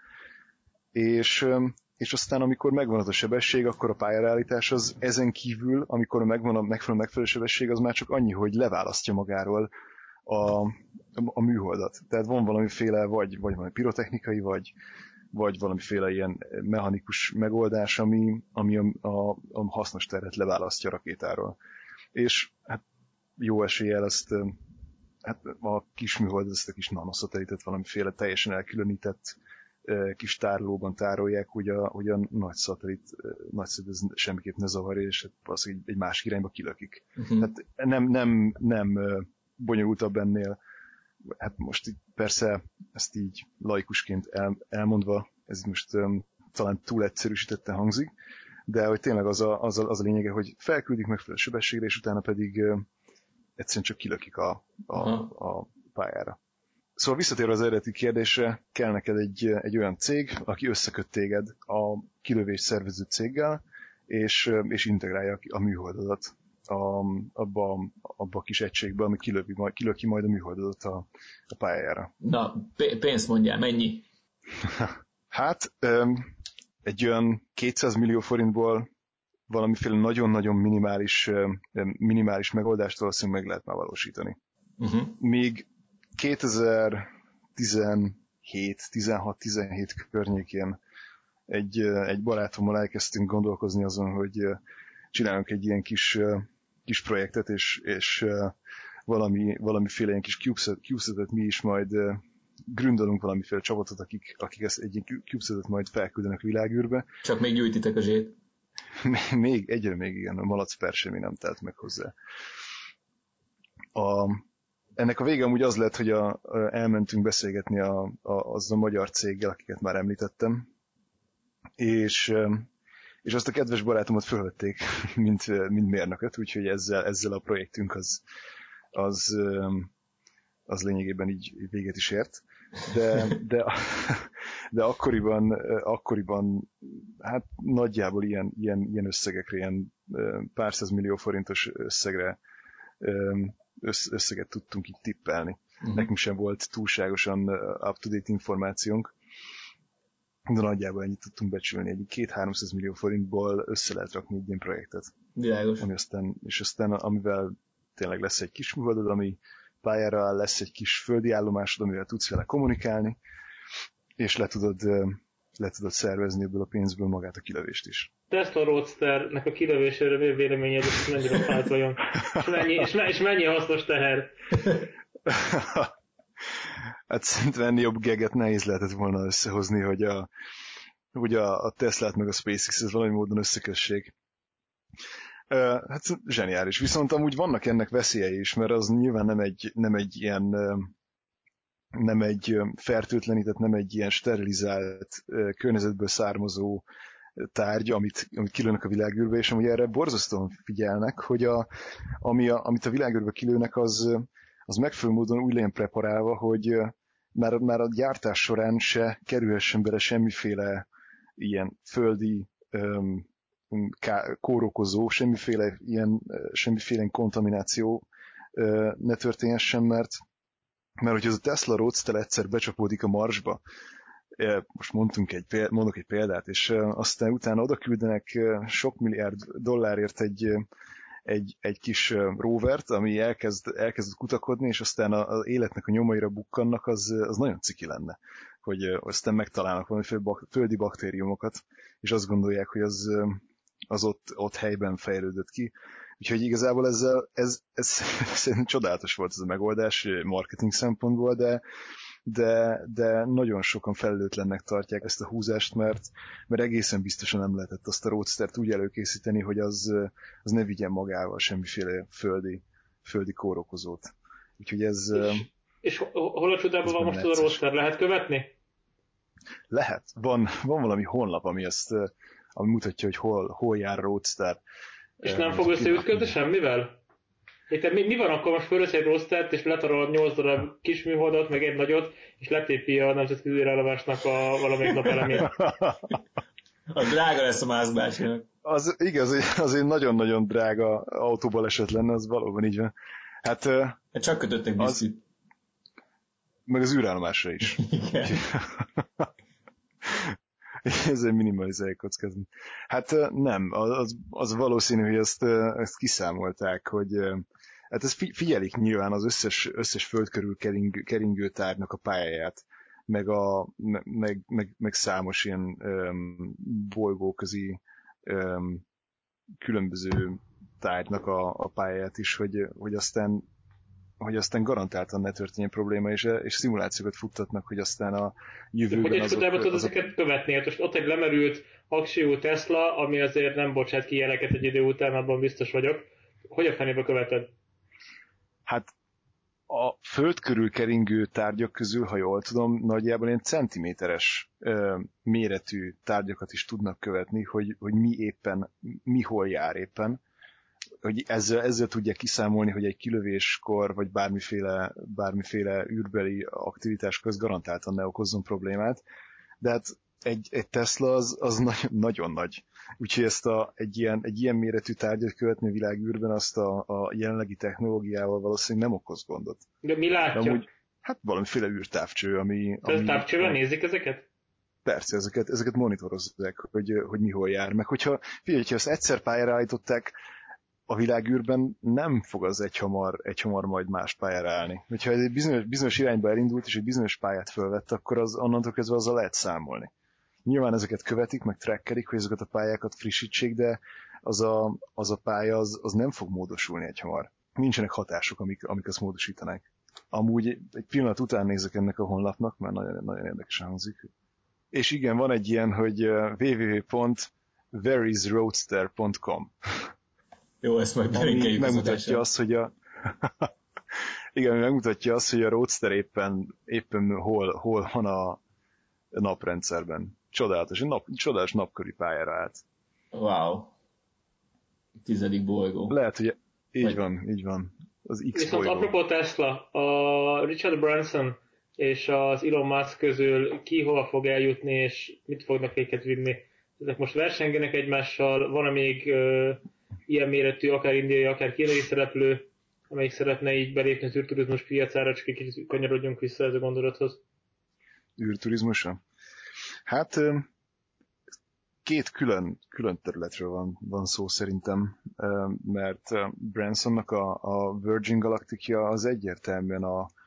És aztán, amikor megvan az a sebesség, akkor a pályára állítás az ezen kívül, amikor megvan a megfelelő sebesség, az már csak annyi, hogy leválasztja magáról a műholdat. Tehát van valamiféle, vagy valami pirotechnikai, vagy valamiféle ilyen mechanikus megoldás, ami a hasznos terhet leválasztja a rakétáról. És hát jó eséllyel ezt hát a kis műhold, ezt a kis nanoszatelitet valamiféle teljesen elkülönített kis tárolóban tárolják, hogy a nagy szatellit ez semmiképp ne zavarja, és valószínűleg egy másik irányba kilökik. Hát nem bonyolultabb ennél. Hát most persze ezt így laikusként elmondva, ez most talán túl egyszerűsítetten hangzik, de hogy tényleg az a lényege, hogy felküldik megfelelő sebességre, és utána pedig egyszerűen csak kilökik a pályára. Szóval visszatérve az eredeti kérdésre, kell neked egy olyan cég, aki összeköt téged a kilövés szervező céggel, és integrálja a műholdadat abba a kis egységbe, ami kilöki majd a műholdadat a pályára. Na, pénzt mondjál, mennyi? Hát, egy olyan 200 millió forintból valamiféle nagyon-nagyon minimális megoldást valószínűleg meg lehet már valósítani. Míg 16-17 környékén egy barátommal elkezdtünk gondolkozni azon, hogy csinálunk egy ilyen kis projektet, és valamiféle ilyen kis CubeSat-et mi is majd gründolunk valamiféle csapatot, akik ezt egy ilyen CubeSat-et majd felküldenek világűrbe. Csak még gyűjtitek a zsét? Egyre még igen, a malac per semmi nem telt meg hozzá. Ennek a vége amúgy az lett, hogy elmentünk beszélgetni az a magyar céggel, akiket már említettem, és azt a kedves barátomat fölvették, mint mérnököt, úgyhogy ezzel a projektünk az lényegében így véget is ért. De akkoriban hát nagyjából ilyen összegekre, ilyen pár százmillió forintos összeget tudtunk így tippelni. Nekünk sem volt túlságosan up-to-date információnk, de nagyjából ennyit tudtunk becsülni. Egy 200-300 millió forintból össze lehet rakni egy ilyen projektet. Világos. És aztán amivel tényleg lesz egy kis műholdad, ami pályára áll, lesz egy kis földi állomásod, amivel tudsz vele kommunikálni, és le tudod szervezni ebből a pénzből magát a kilövést is. Tesla Roadsternek a kilövéséről mi véleményed, és mennyire fájt vajon? És mennyi hasznos teher? Hát szerintem ennél jobb geget nehéz lehetett volna összehozni, hogy a Teslát meg a SpaceX-et valami módon összekössék. Hát zseniális. Viszont amúgy vannak ennek veszélyei is, mert az nyilván nem egy fertőtlenített, nem egy ilyen sterilizált környezetből származó tárgy, amit kilőnek a világűrbe, és amúgy erre borzasztóan figyelnek, hogy amit a világűrbe kilőnek, az megfelelő módon úgy legyen preparálva, hogy már a gyártás során se kerülhessen bele semmiféle ilyen földi kórokozó, semmiféle kontamináció ne történhessen, mert hogy ez a Tesla Roadster egyszer becsapódik a Marsba, most mondok egy példát, és aztán utána oda küldenek sok milliárd dollárért egy kis rovert, ami elkezd kutakodni, és aztán az életnek a nyomaira bukkannak, az nagyon ciki lenne, hogy aztán megtalálnak valami földi baktériumokat, és azt gondolják, hogy az ott helyben fejlődött ki. Úgyhogy igazából ez szerintem csodálatos volt ez a megoldás marketing szempontból, de nagyon sokan felelőtlennek tartják ezt a húzást, mert egészen biztosan nem lehetett azt a Roadstert úgy előkészíteni, hogy az ne vigyen magával semmiféle földi kórokozót. Úgyhogy ez... És hol a csodában van most az a Roadster? Lehet követni? Lehet. Van valami honlap, ami mutatja, hogy hol jár Roadster. És nem fog összeütközni semmivel? Érted, mi van akkor most fölössz egy Roadstert, és letarol 8 darab kis műholdat, meg egy nagyot, és letépi a nemzetközi űrállomásnak a valamelyik napelemét? A drága lesz a Musk bácsinak. Az igaz, az egy nagyon-nagyon drága autóbaleset lenne, az valóban így van. Hát csak kötöttek biszit. Meg az űrállomásra is. Igen. Ezzel minimalizálják kockázat. Hát nem, az valószínű, hogy ezt kiszámolták, hogy hát ezt figyelik nyilván az összes föld körül keringő tárgynak a pályáját, meg számos ilyen bolygóközi különböző tárgynak a pályáját is, hogy aztán garantáltan ne történjen probléma, és szimulációkat futtatnak, hogy aztán a jövőben hogy tudod ezeket követni? Hát most ott egy lemerült aksiú Tesla, ami azért nem bocsát ki jeleket egy idő után, abban biztos vagyok. Hogy a fenébe követed? Hát a föld körül keringő tárgyak közül, ha jól tudom, nagyjából ilyen centiméteres méretű tárgyakat is tudnak követni, hogy mi hol jár éppen, hogy ezzel tudják kiszámolni, hogy egy kilövéskor, vagy bármiféle űrbeli aktivitás köz garantáltan ne okozzon problémát, de hát egy Tesla az nagyon nagy. Úgyhogy ezt egy ilyen méretű tárgyat követni a világűrben azt a jelenlegi technológiával valószínűleg nem okoz gondot. De mi látja? De amúgy, hát valamiféle űrtávcső, ami távcsővel nézik ezeket? Persze, ezeket monitorozzák, hogy mi hol jár. Meg hogyha ezt egyszer pályára állították, a világűrben nem fog az egyhamar majd más pályára állni. Hogyha ez egy bizonyos irányba elindult, és egy bizonyos pályát fölvett, akkor onnantól kezdve azzal lehet számolni. Nyilván ezeket követik, meg trackerik, hogy ezeket a pályákat frissítsék, de az a pálya az nem fog módosulni egyhamar. Nincsenek hatások, amik azt módosítanák. Amúgy egy pillanat után nézek ennek a honlapnak, mert nagyon, nagyon érdekesen hangzik. És igen, van egy ilyen, hogy www.whereisroadster.com. Jó, ezt majd belinkeljük. Megmutatja azt, hogy megmutatja azt, hogy a Roadster éppen hol van a naprendszerben. Csodálatos napköri pályára állt. Wow. 10. bolygó. Lehet, hogy így van. Az X viszont bolygó. apropó Tesla, a Richard Branson és az Elon Musk közül ki hova fog eljutni, és mit fognak őket vinni? Ezek most versengenek egymással, van még ilyen méretű, akár indiai, akár kínai szereplő, amelyik szeretne így belépni az űrturizmus piacára, csak egy kicsit kanyarodjunk vissza ez a gondolathoz. Űrturizmusra? Hát két külön területről van szó szerintem, mert Bransonnak a Virgin Galactica az egyértelműen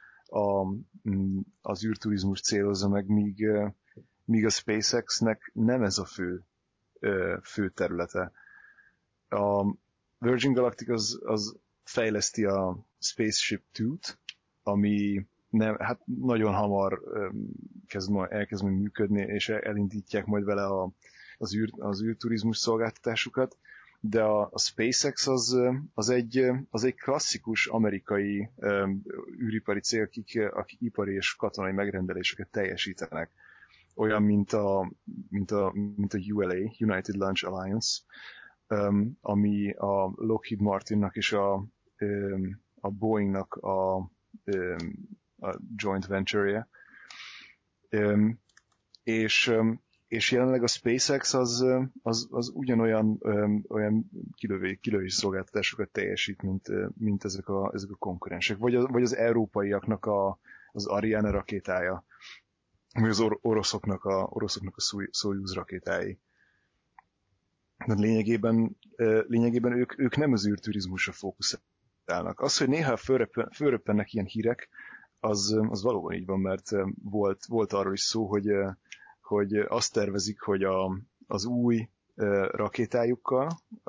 az űrturizmus célozza meg, míg a SpaceX-nek nem ez a fő területe. A Virgin Galactic az fejleszti a Spaceship Two-t, ami nagyon hamar elkezd majd működni, és elindítják majd vele az űrturizmus szolgáltatásukat, de a SpaceX az egy klasszikus amerikai űripari cél, akik ipari és katonai megrendeléseket teljesítenek. Olyan, mint a ULA, United Launch Alliance, ami a Lockheed Martinnak és a Boeingnak a joint venture-je. És és jelenleg a SpaceX az ugyanolyan olyan kilövés szolgáltatásokat teljesít, mint ezek a konkurensek. Vagy az európaiaknak az Ariane rakétája, vagy az oroszoknak a Soyuz rakétái. De lényegében ők nem az űrturizmusra fókuszálnak. Az, hogy néha fölröppennek ilyen hírek, az valóban így van, mert volt arról is szó, hogy azt tervezik, hogy az új rakétájukkal,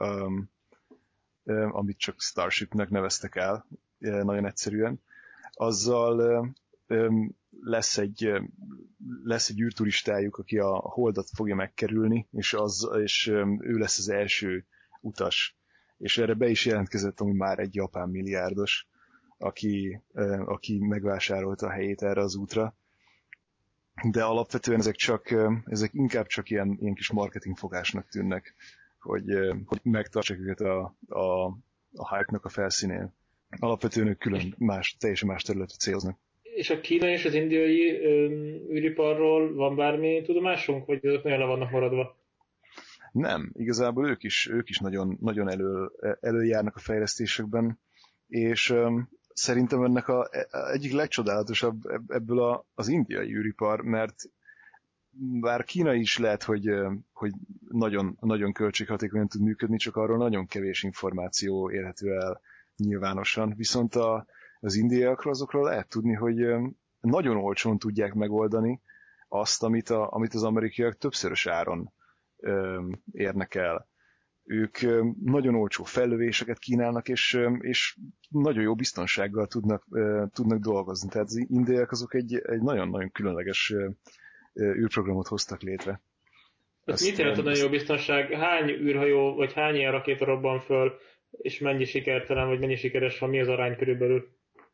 amit csak Starshipnek neveztek el, nagyon egyszerűen, azzal lesz egy űrturistájuk, aki a Holdat fogja megkerülni, és ő lesz az első utas. És erre be is jelentkezett, ami már egy japán milliárdos, aki megvásárolta a helyét erre az útra. De alapvetően ezek inkább csak ilyen kis marketingfogásnak tűnnek, hogy megtartsák őket a hype-nak a felszínén. Alapvetően ők teljesen más területre céloznak. És a kínai és az indiai űriparról van bármi tudomásunk, vagy azok nagyon le vannak maradva? Nem, igazából ők is nagyon, nagyon előjárnak a fejlesztésekben, és szerintem ennek egyik legcsodálatosabb ebből az indiai űripar, mert bár Kína is lehet, hogy nagyon, nagyon költséghatékonyan tud működni, csak arról nagyon kevés információ érhető el nyilvánosan, viszont az indiaiakról azokról lehet tudni, hogy nagyon olcsón tudják megoldani azt, amit az amerikaiak többszörös áron érnek el. Ők nagyon olcsó fellövéseket kínálnak, és nagyon jó biztonsággal tudnak dolgozni. Tehát az indiaiak azok egy nagyon-nagyon különleges űrprogramot hoztak létre. Ez mit jelent a nagyon jó biztonság? Hány űrhajó, vagy hány ilyen rakéta robban föl, és mennyi sikertelen, vagy mennyi sikeres van, mi az arány körülbelül?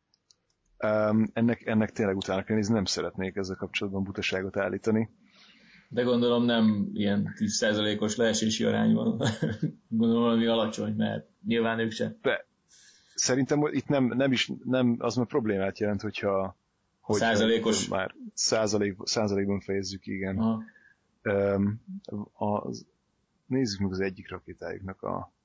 Ennek tényleg utána kell nézni, nem szeretnék ezzel kapcsolatban butaságot állítani. De gondolom nem ilyen 10%-os leesési arány van. Gondolom valami alacsony, mert nyilván ők se. Szerintem itt nem az már problémát jelent, hogyha százalékos. Már százalékban fejezzük, igen. Nézzük meg az egyik rakétájuknak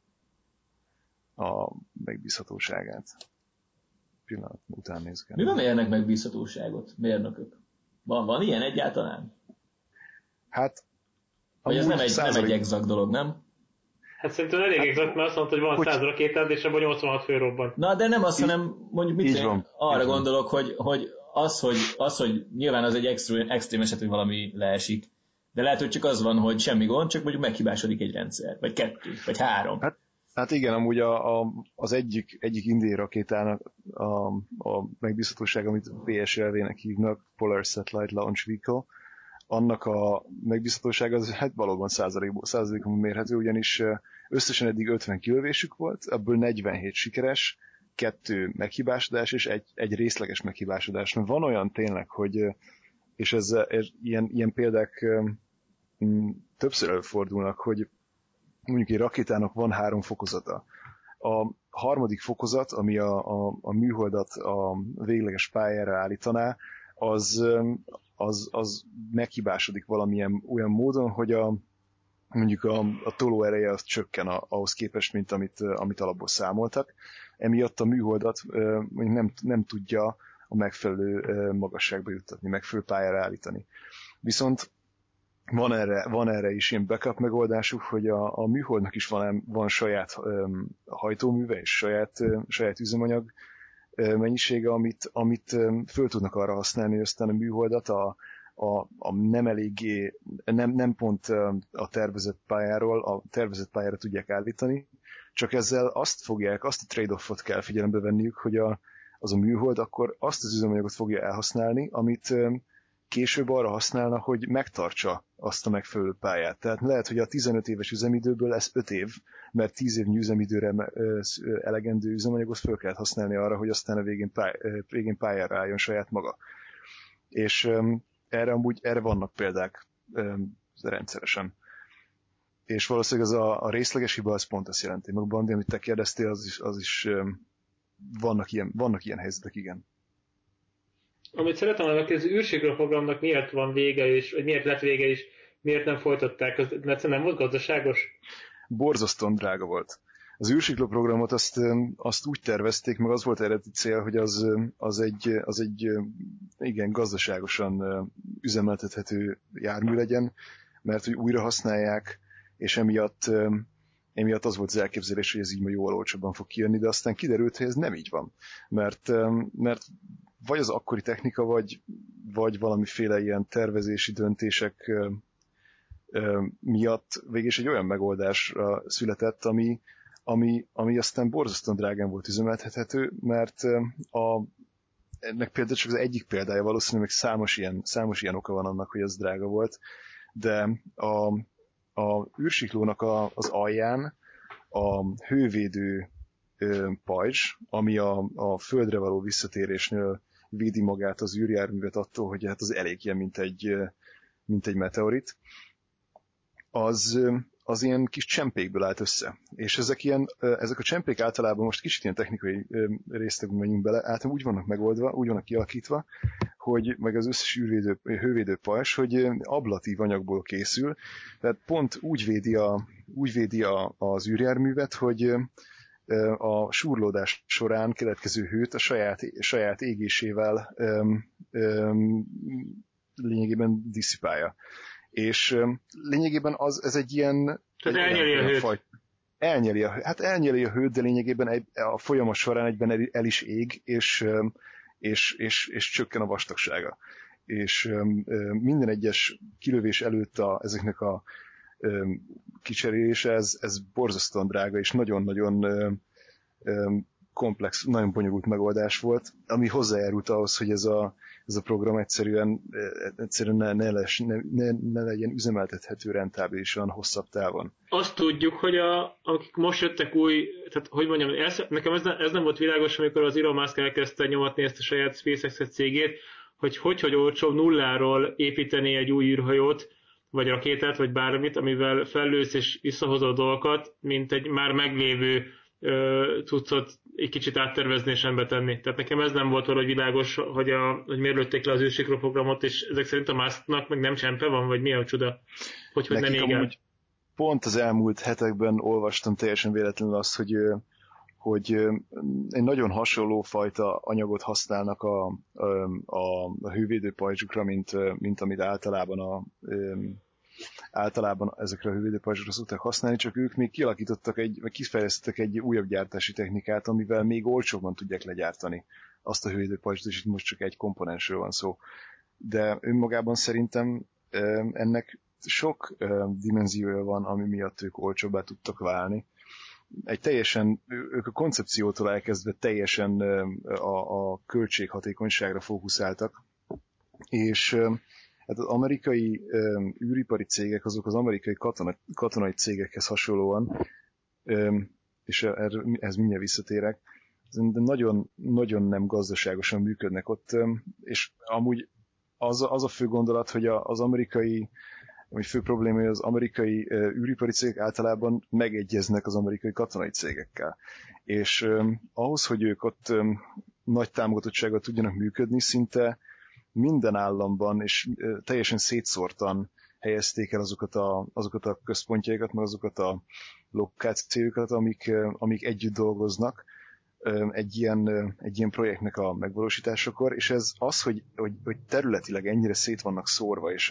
a megbízhatóságát. Pillanat, után nézzük el. Miben mérnek megbízhatóságot, mérnökök? Van ilyen egyáltalán? Hát... Vagy ez nem egy exakt dolog, nem? Hát szerintem elég exakt, mert azt mondta, hogy van 100 rakétád, és abban 86 fő robban. Na, de nem azt, hanem mondjuk arra gondolok, hogy hogy nyilván az egy extrém eset, hogy valami leesik. De lehet, hogy csak az van, hogy semmi gond, csak mondjuk meghibásodik egy rendszer, vagy 2, vagy 3. Hát igen, amúgy az egyik indiai rakétának a megbízhatóság, amit PSLV-nek hívnak, Polar Satellite Launch Vehicle, annak a megbízhatósága az hát valóban százalékban mérhető, ugyanis összesen eddig 50 kilövésük volt, ebből 47 sikeres, 2 meghibásodás és egy részleges meghibásodás. Van olyan tényleg, hogy és ilyen példák többször előfordulnak, hogy mondjuk egy rakétának van 3 fokozata. A harmadik fokozat, ami a műholdat a végleges pályára állítaná, az meghibásodik valamilyen olyan módon, hogy mondjuk a tolóereje az csökken ahhoz képest, mint amit alapból számoltak. Emiatt a műholdat nem tudja a megfelelő magasságba juttatni, megfelelő pályára állítani. Viszont van erre is ilyen backup megoldásuk, hogy a műholdnak is van saját hajtóműve és saját üzemanyag mennyisége, amit föl tudnak arra használni, hogy aztán a műholdat nem pont a tervezett pályára tudják állítani, csak ezzel azt a trade-offot kell figyelembe venniük, hogy az a műhold akkor azt az üzemanyagot fogja elhasználni, amit később arra használna, hogy megtartsa azt a megfelelő pályát. Tehát lehet, hogy a 15 éves üzemidőből lesz 5 év, mert 10 évnyi üzemidőre elegendő üzemanyagot fel kell használni arra, hogy aztán a végén pályára álljon saját maga. És erre vannak példák rendszeresen. És valószínűleg ez a részleges hiba, az pont azt jelenti. Meg Bandi, amit te kérdeztél, az is vannak ilyen helyzetek, igen. Amit szeretem mondani, hogy az űrségről programnak miért van vége, vagy miért lett vége is miért nem folytatták? Ez nem volt gazdaságos? Borzasztóan drága volt. Az űrsikló programot azt úgy tervezték, meg az volt eredeti cél, hogy az egy igen gazdaságosan üzemeltethető jármű legyen, mert hogy újra használják, és emiatt az volt az elképzelés, hogy ez így majd jóval olcsóbban fog kijönni, de aztán kiderült, hogy ez nem így van. Mert vagy az akkori technika, vagy valamiféle ilyen tervezési döntések miatt végig egy olyan megoldás született, ami aztán borzasztóan drágán volt üzemeltethető, mert ennek például csak az egyik példája, valószínűleg számos ilyen oka van annak, hogy ez drága volt, de a űrsiklónak az alján a hővédő pajzs, ami a földre való visszatérésnél védi magát az űrjárművet attól, hogy hát az elég ilyen, mint egy meteorit, az ilyen kis csempékből állt össze. És ezek a csempék általában, most kicsit ilyen technikai résztekben menjünk bele, általában úgy vannak megoldva, úgy vannak kialakítva, hogy meg az összes hővédő pajzs, hogy ablatív anyagból készül, tehát pont úgy védi az űrjárművet, hogy a súrlódás során keletkező hőt a saját égésével lényegében disszipálja. És lényegében ez egy ilyen... Tehát elnyeli a hőt. Elnyeli a hőt, de lényegében a folyamat során egyben el is ég, és csökken a vastagsága. És minden egyes kilövés előtt ezeknek a kicserélése, ez borzasztóan drága, és nagyon-nagyon komplex, nagyon bonyolult megoldás volt, ami hozzájárult ahhoz, hogy ez a program egyszerűen ne legyen üzemeltethető rentábilisan hosszabb távon. Azt tudjuk, hogy akik most jöttek új, tehát hogy mondjam, nekem ez nem volt világos, amikor az Elon Musk elkezdte nyomatni ezt a saját SpaceX cégét, hogy olcsóbb nulláról építeni egy új űrhajót, vagy rakétát, vagy bármit, amivel fellősz és visszahozol dolgokat, mint egy már meglévő cuccot egy kicsit áttervezni és betenni. Tehát nekem ez nem volt valahogy világos, hogy miért lőtték le az űrsikló programot, és ezek szerint a Musknak meg nem csempe van, vagy mi a csuda? Hogy nem ég el? Pont az elmúlt hetekben olvastam teljesen véletlenül azt, hogy egy nagyon hasonló fajta anyagot használnak a hővédő pajzsukra, mint amit általában ezekre a hővédőpajzsokra szokták használni, csak ők még kifejlesztettek egy újabb gyártási technikát, amivel még olcsóbban tudják legyártani azt a hővédőpajzsot, és itt most csak egy komponensről van szó. De önmagában szerintem ennek sok dimenziója van, ami miatt ők olcsóbbá tudtak válni. Ők a koncepciótól elkezdve teljesen a költséghatékonyságra fókuszáltak, és hát az amerikai űripari cégek, azok az amerikai katonai cégekhez hasonlóan, és ez mindjárt visszatérek, de nagyon, nagyon nem gazdaságosan működnek ott, és amúgy az a fő gondolat, hogy az amerikai, vagy fő probléma, hogy az amerikai űripari cégek általában megegyeznek az amerikai katonai cégekkel. És ahhoz, hogy ők ott nagy támogatottsággal tudjanak működni, szinte minden államban, és teljesen szétszórtan helyezték el azokat a központjaikat, meg azokat a lokációkat, amik együtt dolgoznak egy ilyen projektnek a megvalósításakor, és ez az, hogy területileg ennyire szét vannak szórva, és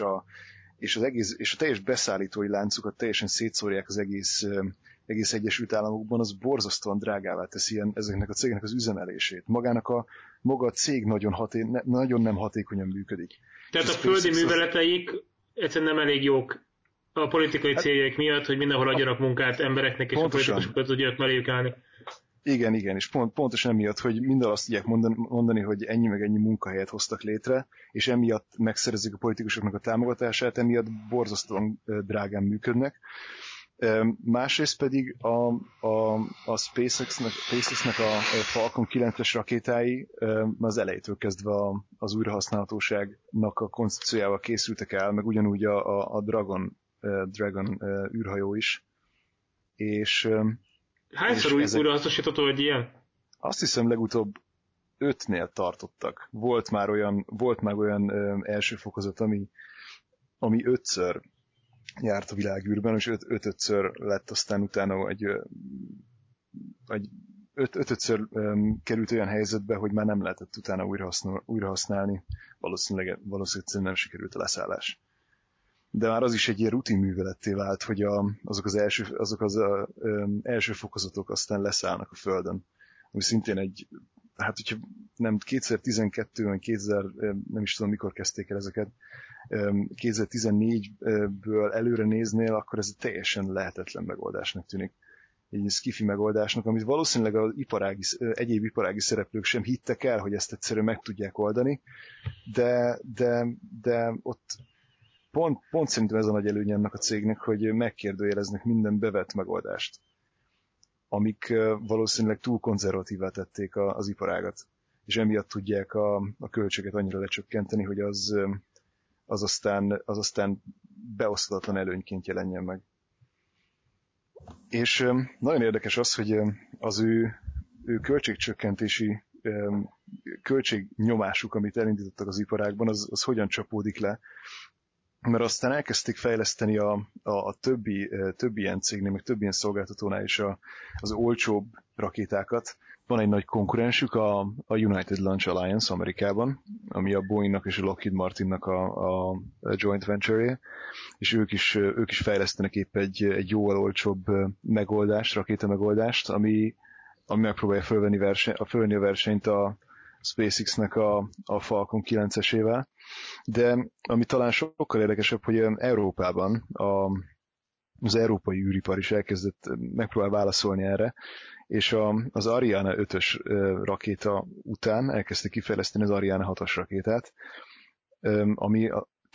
a teljes beszállítói láncukat teljesen szétszórják az egész Egyesült Államokban, az borzasztóan drágává teszi ezeknek a cégeknek az üzemelését. Maga a cég nagyon nem hatékonyan működik. Tehát a földi műveleteik egyszerűen nem elég jók a politikai céljaik miatt, hogy mindenhol adjanak munkát embereknek, és pontosan. A politikusokat tudjanak melléjük állni. Igen, és pontosan emiatt, hogy minden azt tudják mondani, hogy ennyi meg ennyi munkahelyet hoztak létre, és emiatt megszerezik a politikusoknak a támogatását, emiatt borzasztóan drágán működnek. Másrészt pedig a SpaceX-nek a Falcon 9-es rakétái az elejétől kezdve az újrahasználhatóságnak a koncepciójával készültek el, meg ugyanúgy a Dragon űrhajó is. És hányszor újrahasznosítható egy ilyen? Azt hiszem legutóbb 5-nél tartottak. Volt már olyan első fokozat, ami 5-ször járt a világűrben, és ötötször lett aztán utána ötötször került olyan helyzetbe, hogy már nem lehetett utána újra használni, valószínűleg nem sikerült a leszállás. De már az is egy ilyen rutin műveletté vált, hogy azok az első fokozatok aztán leszállnak a Földön. Ami szintén hát hogyha nem 2012, vagy 2000, nem is tudom mikor kezdték el ezeket, 2014-ből előre néznél, akkor ez teljesen lehetetlen megoldásnak tűnik. Egy sci-fi megoldásnak, amit valószínűleg az egyéb iparági szereplők sem hittek el, hogy ezt egyszerűen meg tudják oldani, de ott pont szerintem ez a nagy előnye ennek a cégnek, hogy megkérdőjeleznek minden bevett megoldást, amik valószínűleg túl konzervatívá tették az iparágat, és emiatt tudják a költséget annyira lecsökkenteni, hogy az aztán beosztatlan előnyként jelenjen meg. És nagyon érdekes az, hogy az ő költségcsökkentési költségnyomásuk, amit elindítottak az iparágban, az hogyan csapódik le. Mert aztán elkezdték fejleszteni a többi ilyen cégnél, meg többi ilyen szolgáltatónál is az olcsóbb rakétákat. Van egy nagy konkurensük, a United Launch Alliance Amerikában, ami a Boeingnak és a Lockheed Martinnak a joint venture-je, és ők is fejlesztenek épp egy jóval olcsóbb megoldást, rakéta megoldást, ami megpróbálja fölvenni a versenyt a SpaceX-nek a Falcon 9-esével. De ami talán sokkal érdekesebb, hogy Európában az európai űripar is elkezdett megpróbál válaszolni erre, és az Ariane 5-ös rakéta után elkezdték kifejleszteni az Ariane 6-os rakétát, ami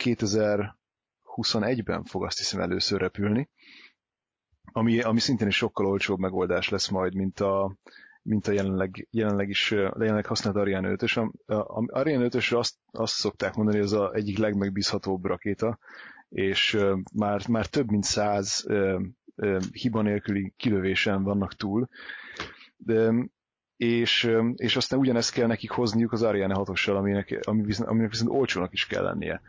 2021-ben fog azt hiszem először repülni, ami szintén is sokkal olcsóbb megoldás lesz majd, mint a jelenleg használt Ariane 5-ös. A Ariane 5-ösre azt szokták mondani, hogy ez az egyik legmegbízhatóbb rakéta, és már több mint 100 hiba nélküli kilövésen vannak túl, és aztán ugyanezt kell nekik hozniuk az Ariane 6-ossal, aminek viszont olcsónak is kell lennie.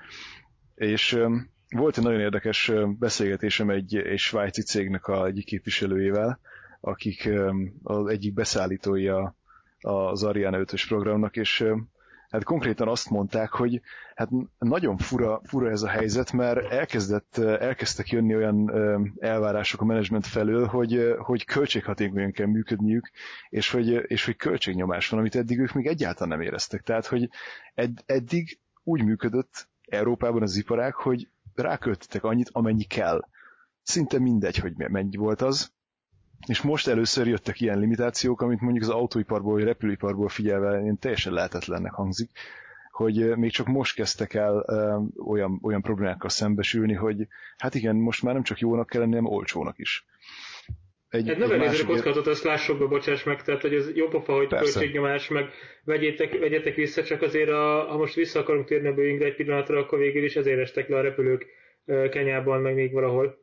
És volt egy nagyon érdekes beszélgetésem egy svájci cégnek egyik képviselőjével, akik az egyik beszállítói az Ariane 5-ös programnak, és hát konkrétan azt mondták, hogy hát nagyon fura ez a helyzet, mert elkezdtek jönni olyan elvárások a menedzsment felől, hogy költséghatékonyan kell működniük, és hogy költségnyomás van, amit eddig ők még egyáltalán nem éreztek. Tehát, hogy eddig úgy működött Európában az iparág, hogy ráköltöttek annyit, amennyi kell. Szinte mindegy, hogy mennyi volt az. És most először jöttek ilyen limitációk, amit mondjuk az autóiparból vagy repülőiparból figyelve teljesen lehetetlennek hangzik, hogy még csak most kezdtek el olyan problémákkal szembesülni, hogy hát igen, most már nem csak jónak kell lenni, hanem olcsónak is. Egy növelésre kockázatot, azt lássuk be, bocsáss meg, tehát hogy ez jó pofa, hogy költségnyomás, meg vegyétek vissza, csak azért ha most vissza akarunk térni a Boeingre egy pillanatra, akkor végül is ezért estek le a repülők Kenyában, meg még valahol.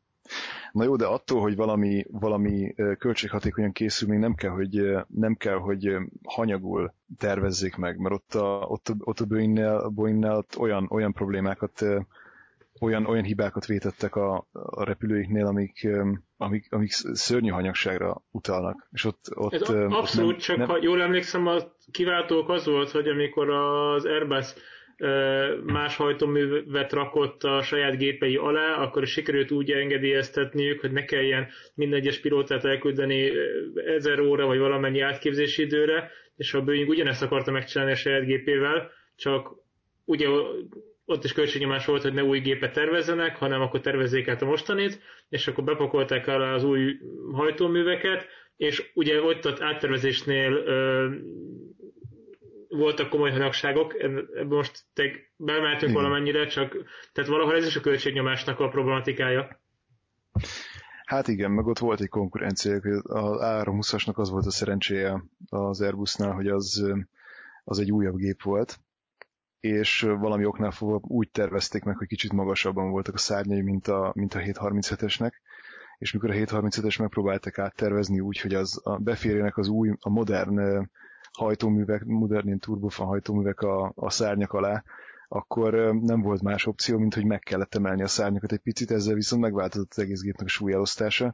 Na jó, de attól, hogy valami költséghatékonyan készül, még nem kell, hogy hanyagul tervezzék meg, mert ott a Boeingnál olyan problémákat, olyan hibákat vétettek a repülőiknél, amik szörnyű hanyagságra utalnak. És ott abszolút, csak ha jól emlékszem, a kiváltók az volt, hogy amikor az Airbus más hajtóművet rakott a saját gépei alá, akkor sikerült úgy engedélyeztetniük, hogy ne kelljen minden egyes pilótát elküldeni 1000 óra vagy valamennyi átképzési időre, és a Boeing ugyanezt akarta megcsinálni a saját gépével, csak ugye ott is költségnyomás volt, hogy ne új gépet tervezzenek, hanem akkor tervezzék át a mostanit, és akkor bepakolták el az új hajtóműveket, és ugye ott az áttervezésnél voltak komoly hanyagságok, ebből most beemeltünk valamennyire, csak tehát valahol ez is a költségnyomásnak a problematikája. Hát igen, meg ott volt egy konkurencia, az A320-asnak az volt a szerencséje az Airbusnál, hogy az egy újabb gép volt, és valami oknál fogva úgy tervezték meg, hogy kicsit magasabban voltak a szárnyai, mint a 737-esnek, és mikor a 737-es megpróbáltak áttervezni úgy, hogy beférjenek a modern hajtóművek, modern turbofan hajtóművek a szárnyak alá, akkor nem volt más opció, mint hogy meg kellett emelni a szárnyakat egy picit, ezzel viszont megváltozott az egész gépnek a súlyelosztása,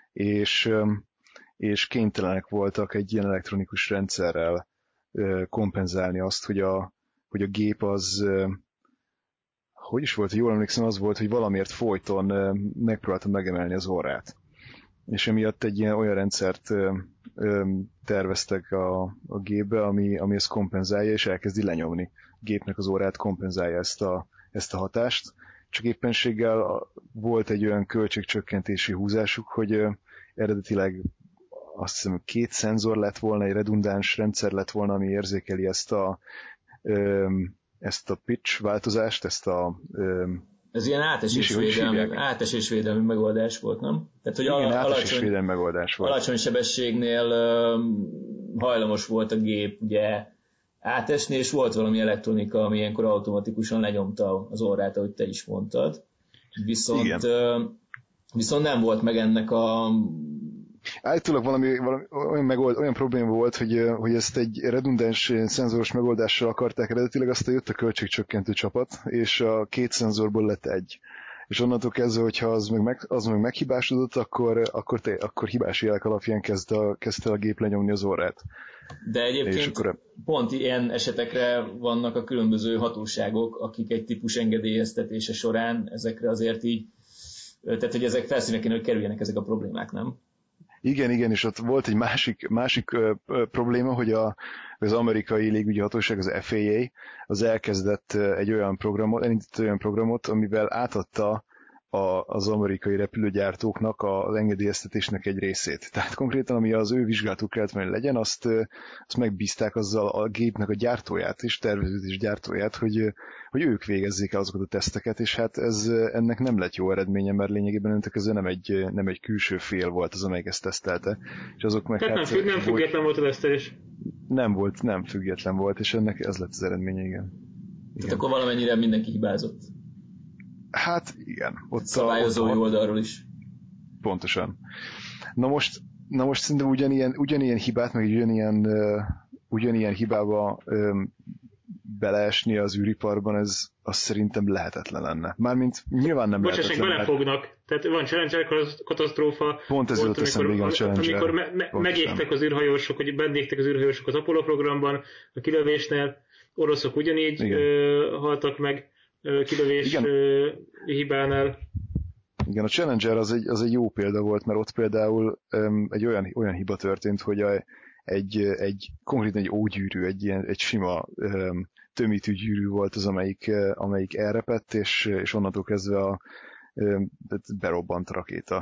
és kénytelenek voltak egy ilyen elektronikus rendszerrel kompenzálni azt, hogy a gép az, hogy is volt, jól emlékszem, az volt, hogy valamiért folyton megpróbáltam megemelni az orrát. És emiatt egy olyan rendszert terveztek a gépbe, ami ezt kompenzálja, és elkezdi lenyomni. A gépnek az orrát kompenzálja ezt a hatást. Csak éppenséggel volt egy olyan költségcsökkentési húzásuk, hogy eredetileg azt hiszem 2 szenzor lett volna, egy redundáns rendszer lett volna, ami érzékeli ezt a pitch változást, ez ilyen átesésvédelmi megoldás volt, nem? Tehát, hogy igen, átesésvédelmi megoldás volt. Alacsony sebességnél hajlamos volt a gép ugye átesni, és volt valami elektronika, ami ilyenkor automatikusan lenyomta az orrát, ahogy te is mondtad. Viszont nem volt meg ennek a... Állítólag valami olyan probléma volt, hogy ezt egy redundáns szenzoros megoldással akarták eredetileg, aztán jött a költségcsökkentő csapat, és a 2 szenzorból lett egy. És onnantól kezdve, hogyha az meg meghibásodott, akkor hibás jelek alapján kezdte a gép lenyomni az orrát. De egyébként pont ilyen esetekre vannak a különböző hatóságok, akik egy típus engedélyeztetése során ezekre azért így, tehát hogy ezek felszínre kéne, hogy kerüljenek ezek a problémák, nem? Igen, és ott volt egy másik probléma, hogy az amerikai légügyi hatóság, az FAA, az elindított olyan programot, amivel átadta az amerikai repülőgyártóknak az engedélyeztetésnek egy részét. Tehát konkrétan, ami az ő vizsgálatuk kellett volna legyen, azt megbízták azzal a gépnek a gyártóját és tervezős gyártóját, hogy ők végezzék el azokat a teszteket, és hát ennek nem lett jó eredménye, mert lényegében önök közül nem egy külső fél volt az, amelyik ezt tesztelte. És azok meg tehát nem független volt a tesztelés. Nem független volt, és ennek ez lett az eredménye, igen. Tehát akkor valamennyire mindenki hibázott. Hát igen. Ott szabályozói oldalról is. Pontosan. Na most szerintem ugyanilyen hibát, meg ugyanilyen hibába beleesni az űriparban, az szerintem lehetetlen lenne. Mármint nyilván nem lehetetlen. Bocsássák, belefognak. Tehát van Challenger katasztrófa. Pont ez volt eszembe, igen, a Challenger. Amikor megégtek az űrhajósok, hogy bennégtek az űrhajósok az Apollo programban, a kilövésnél, oroszok ugyanígy haltak meg kilövés hibánál. Igen, a Challenger az egy jó példa volt, mert ott például egy olyan hiba történt, hogy konkrétan egy ógyűrű, egy sima tömítő gyűrű volt az, amelyik elrepett, és onnantól kezdve berobbant a rakéta.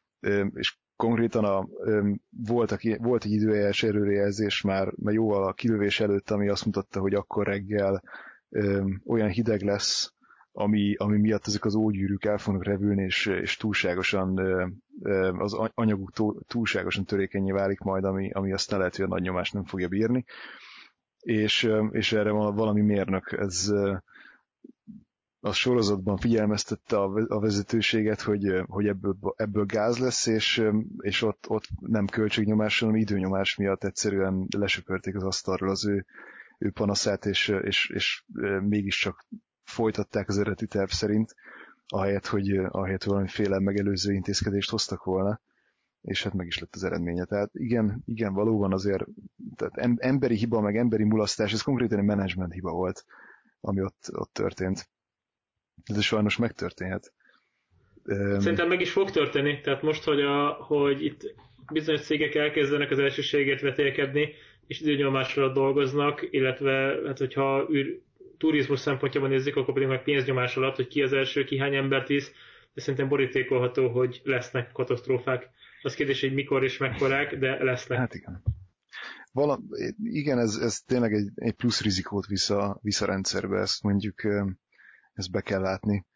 És konkrétan volt egy időjárás előrejelzés már jóval a kilövés előtt, ami azt mutatta, hogy akkor reggel olyan hideg lesz, ami miatt ezek az ógyűrűk el fognak revülni, és túlságosan az anyaguk túlságosan törékenyé válik majd, ami aztán lehet, hogy a nagy nyomást nem fogja bírni. És erre valami mérnök a sorozatban figyelmeztette a vezetőséget, hogy ebből gáz lesz, és ott nem költségnyomás, hanem időnyomás miatt egyszerűen lesöpörték az asztalról az ő panaszát, és mégiscsak folytatták az eredeti terv szerint, ahelyett, hogy valamiféle megelőző intézkedést hoztak volna, és hát meg is lett az eredménye. Tehát igen, valóban azért tehát emberi hiba, meg emberi mulasztás, ez konkrétan egy menedzsment hiba volt, ami ott történt. Ez sajnos megtörténhet. Szerintem meg is fog történni. Tehát most, hogy itt bizonyos cégek elkezdenek az elsőséget vetélkedni, és időnyomásra dolgoznak, illetve hát, hogyha turizmus szempontjában nézzük, akkor pedig meg pénznyomás alatt, hogy ki az első, ki hány embert visz, de szerintem borítékolható, hogy lesznek katasztrófák. Az kérdés, hogy mikor és mekkorák, de lesznek. Hát igen. Igen, ez tényleg egy plusz rizikót visz a rendszerbe, ezt mondjuk ezt be kell látni.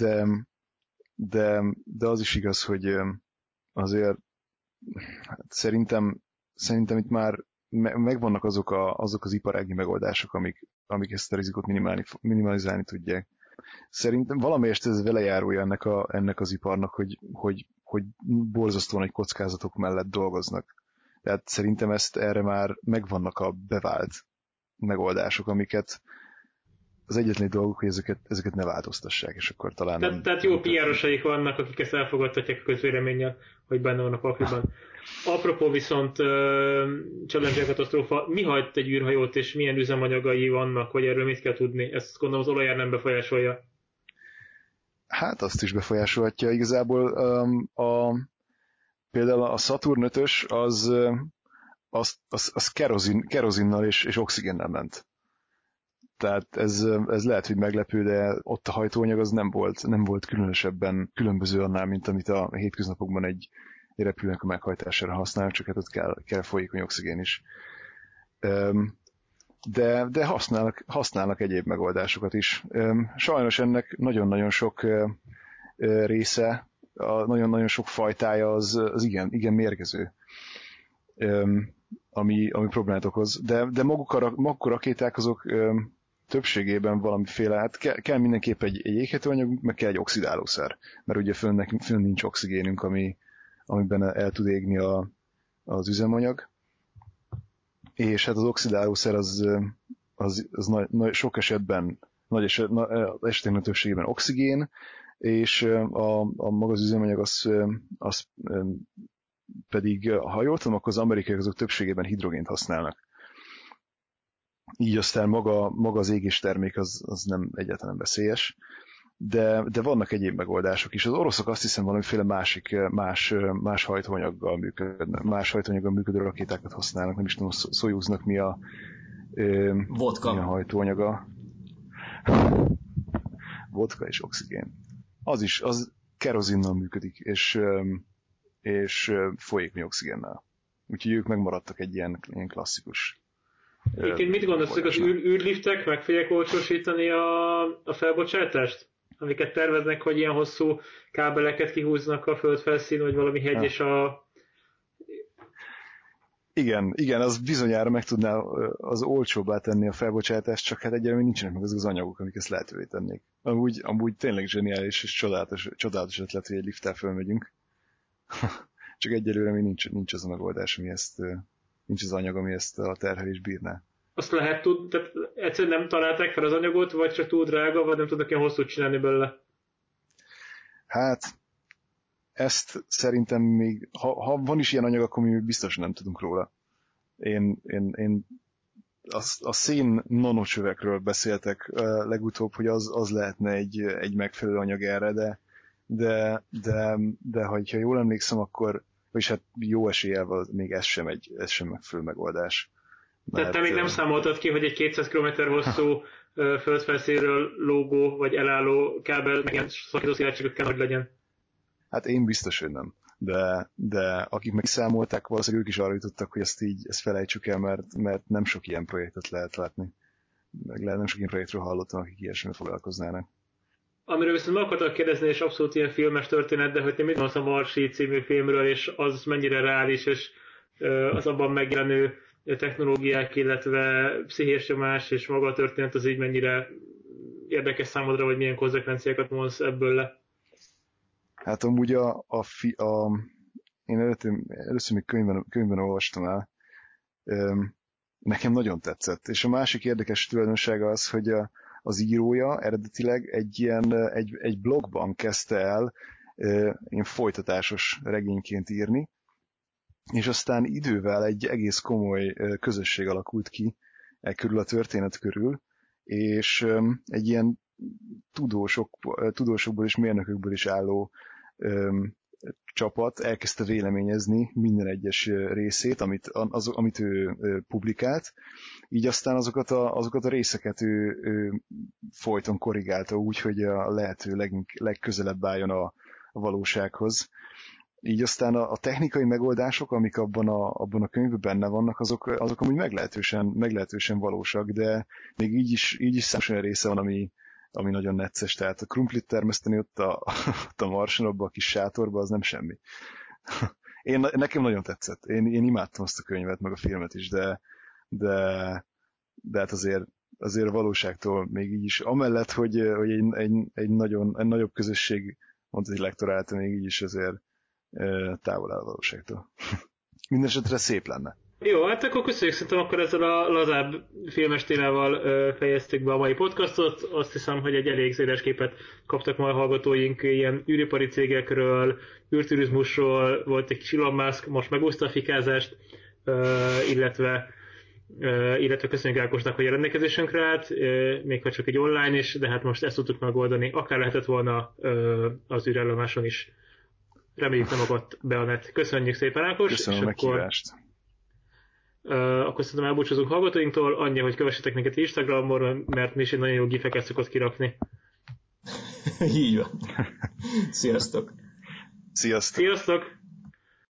De az is igaz, hogy azért hát szerintem itt már megvannak azok az iparági megoldások, amik ezt a rizikót minimalizálni tudják. Szerintem valamelyest ez velejárója ennek az iparnak, hogy borzasztóan nagy kockázatok mellett dolgoznak. Tehát szerintem erre már megvannak a bevált megoldások, amiket az egyetlen dolguk, hogy ezeket ne változtassák, és akkor talán nem... Tehát jó PR-osaik vannak, akik ezt elfogadtatják a közvéleménnyel, hogy benne van a pakliban. Apropó viszont Challenger katasztrófa, mi hagyt egy űrhajót, és milyen üzemanyagai vannak, vagy erről mit kell tudni? Ezt gondolom az olajár nem befolyásolja. Hát azt is befolyásolhatja. Igazából például a Saturn 5-ös az kerozinnal és oxigénnel ment. Tehát ez lehet, hogy meglepő, de ott a hajtóanyag az nem volt különösebben különböző annál, mint amit a hétköznapokban egy repülőnek a meghajtására használnak, csak hát ott kell folyékony oxigén is. De használnak egyéb megoldásokat is. Sajnos ennek nagyon-nagyon sok része, nagyon-nagyon sok fajtája az igen mérgező, ami problémát okoz. De maguk a rakéták azok többségében valamiféle, hát kell mindenképp egy égetőanyag, meg kell egy oxidálószer, mert ugye fönn nincs oxigénünk, amiben el tud égni az üzemanyag. És hát az oxidálószer az sok esetben, esetén többségében oxigén, és a maga az üzemanyag az pedig, ha jól tudom, akkor az amerikaiak azok többségében hidrogént használnak. Így aztán maga az égéstermék az nem egyáltalán veszélyes, de vannak egyéb megoldások is. Az oroszok azt hiszem valamiféle más hajtóanyaggal működő rakétákat használnak, nem is tudom, Szojuznak mi a hajtóanyaga. Vodka és oxigén. Az kerozinnal működik, és folyékony oxigénnel. Úgyhogy ők megmaradtak egy ilyen klasszikus. Egyébként mit gondolsz, hogy az űrliftek meg fogják olcsósítani a felbocsátást? Amiket terveznek, hogy ilyen hosszú kábeleket kihúznak a földfelszín, vagy valami hegy és a... Igen, az bizonyára meg tudná az olcsóbbá tenni a felbocsátást, csak hát egyelőre nincsenek meg az anyagok, amik ezt lehetővé tennék. Amúgy tényleg zseniális és csodálatos ötlet, hogy egy lifttel fölmegyünk. Csak egyelőre még nincs az a megoldás, nincs az anyag, ami ezt a terhelést bírná. Azt lehet tudni, tehát egyszerűen nem találták fel az anyagot, vagy csak túl drága, vagy nem tudnak ilyen hosszút csinálni belőle? Hát, ezt szerintem még, ha van is ilyen anyag, akkor mi biztosan nem tudunk róla. Én a szén nanocsövekről beszéltek legutóbb, hogy az lehetne egy megfelelő anyag erre, de ha jól emlékszem, akkor, és hát jó eséllyel még ez sem megfelelő megoldás. Tehát te még nem számoltad ki, hogy egy 200 km hosszú földfelszínről lógó vagy elálló kábel meg ilyen szakító szélességük kell, hogy legyen? Hát én biztos, hogy nem. De akik meg számolták, valószínűleg ők is arra jutottak, hogy ezt felejtsük el, mert nem sok ilyen projektet lehet látni. Nem sok ilyen projektről hallottam, akik ilyesmivel foglalkoznának. Amiről viszont meg akartak kérdezni, és abszolút ilyen filmes történet, de hogy te mit gondolsz a Marsi című filmről, és az mennyire reális, és az abban megjelenő technológiák, illetve pszichés nyomás, és maga a történet az így mennyire érdekes számodra, vagy milyen konzekvenciákat mondsz ebből le? Hát amúgy én először még könyvben olvastam el, nekem nagyon tetszett. És a másik érdekes tulajdonsága az, hogy az írója eredetileg egy blogban kezdte el ilyen folytatásos regényként írni, és aztán idővel egy egész komoly közösség alakult ki körül a történet körül, és egy ilyen tudósokból és mérnökökből is álló csapat elkezdte véleményezni minden egyes részét, amit ő publikált, így aztán azokat a részeket ő folyton korrigálta úgy, hogy a lehető legközelebb álljon a valósághoz. Így aztán a technikai megoldások, amik abban a könyvben benne vannak, azok amúgy meglehetősen valósak, de még így is számos olyan része van, ami nagyon necces. Tehát a krumplit termeszteni ott a Marson, abban a kis sátorban, az nem semmi. Nekem nagyon tetszett. Én imádtam azt a könyvet, meg a filmet is, de hát azért a valóságtól még így is. Amellett, hogy egy nagyobb közösség mondta, hogy lektorálta, még így is azért távol áll a valóságtól. Mindenesetre szép lenne. Jó, hát akkor köszönjük, szerintem akkor ezzel a lazább filmes témával fejeztük be a mai podcastot. Azt hiszem, hogy egy elég széles képet kaptak ma a hallgatóink ilyen űripari cégekről, űrturizmusról, volt egy kis Elon Musk, most megúszta a fikázást, illetve köszönjük Ákosnak, hogy a rendelkezésünkre állt, még ha csak egy online is, de hát most ezt tudtuk megoldani. Akár lehetett volna az űrállomáson is. Reméljük nem akadt be a net. Köszönjük szépen, Ákos. Köszönöm a meghívást. Akkor szerintem elbúcsúzunk hallgatóinktól, annyi, hogy kövessetek minket Instagramon, mert mi is egy nagyon jó gifeket szokott kirakni. Így van. Sziasztok! Sziasztok! Sziasztok!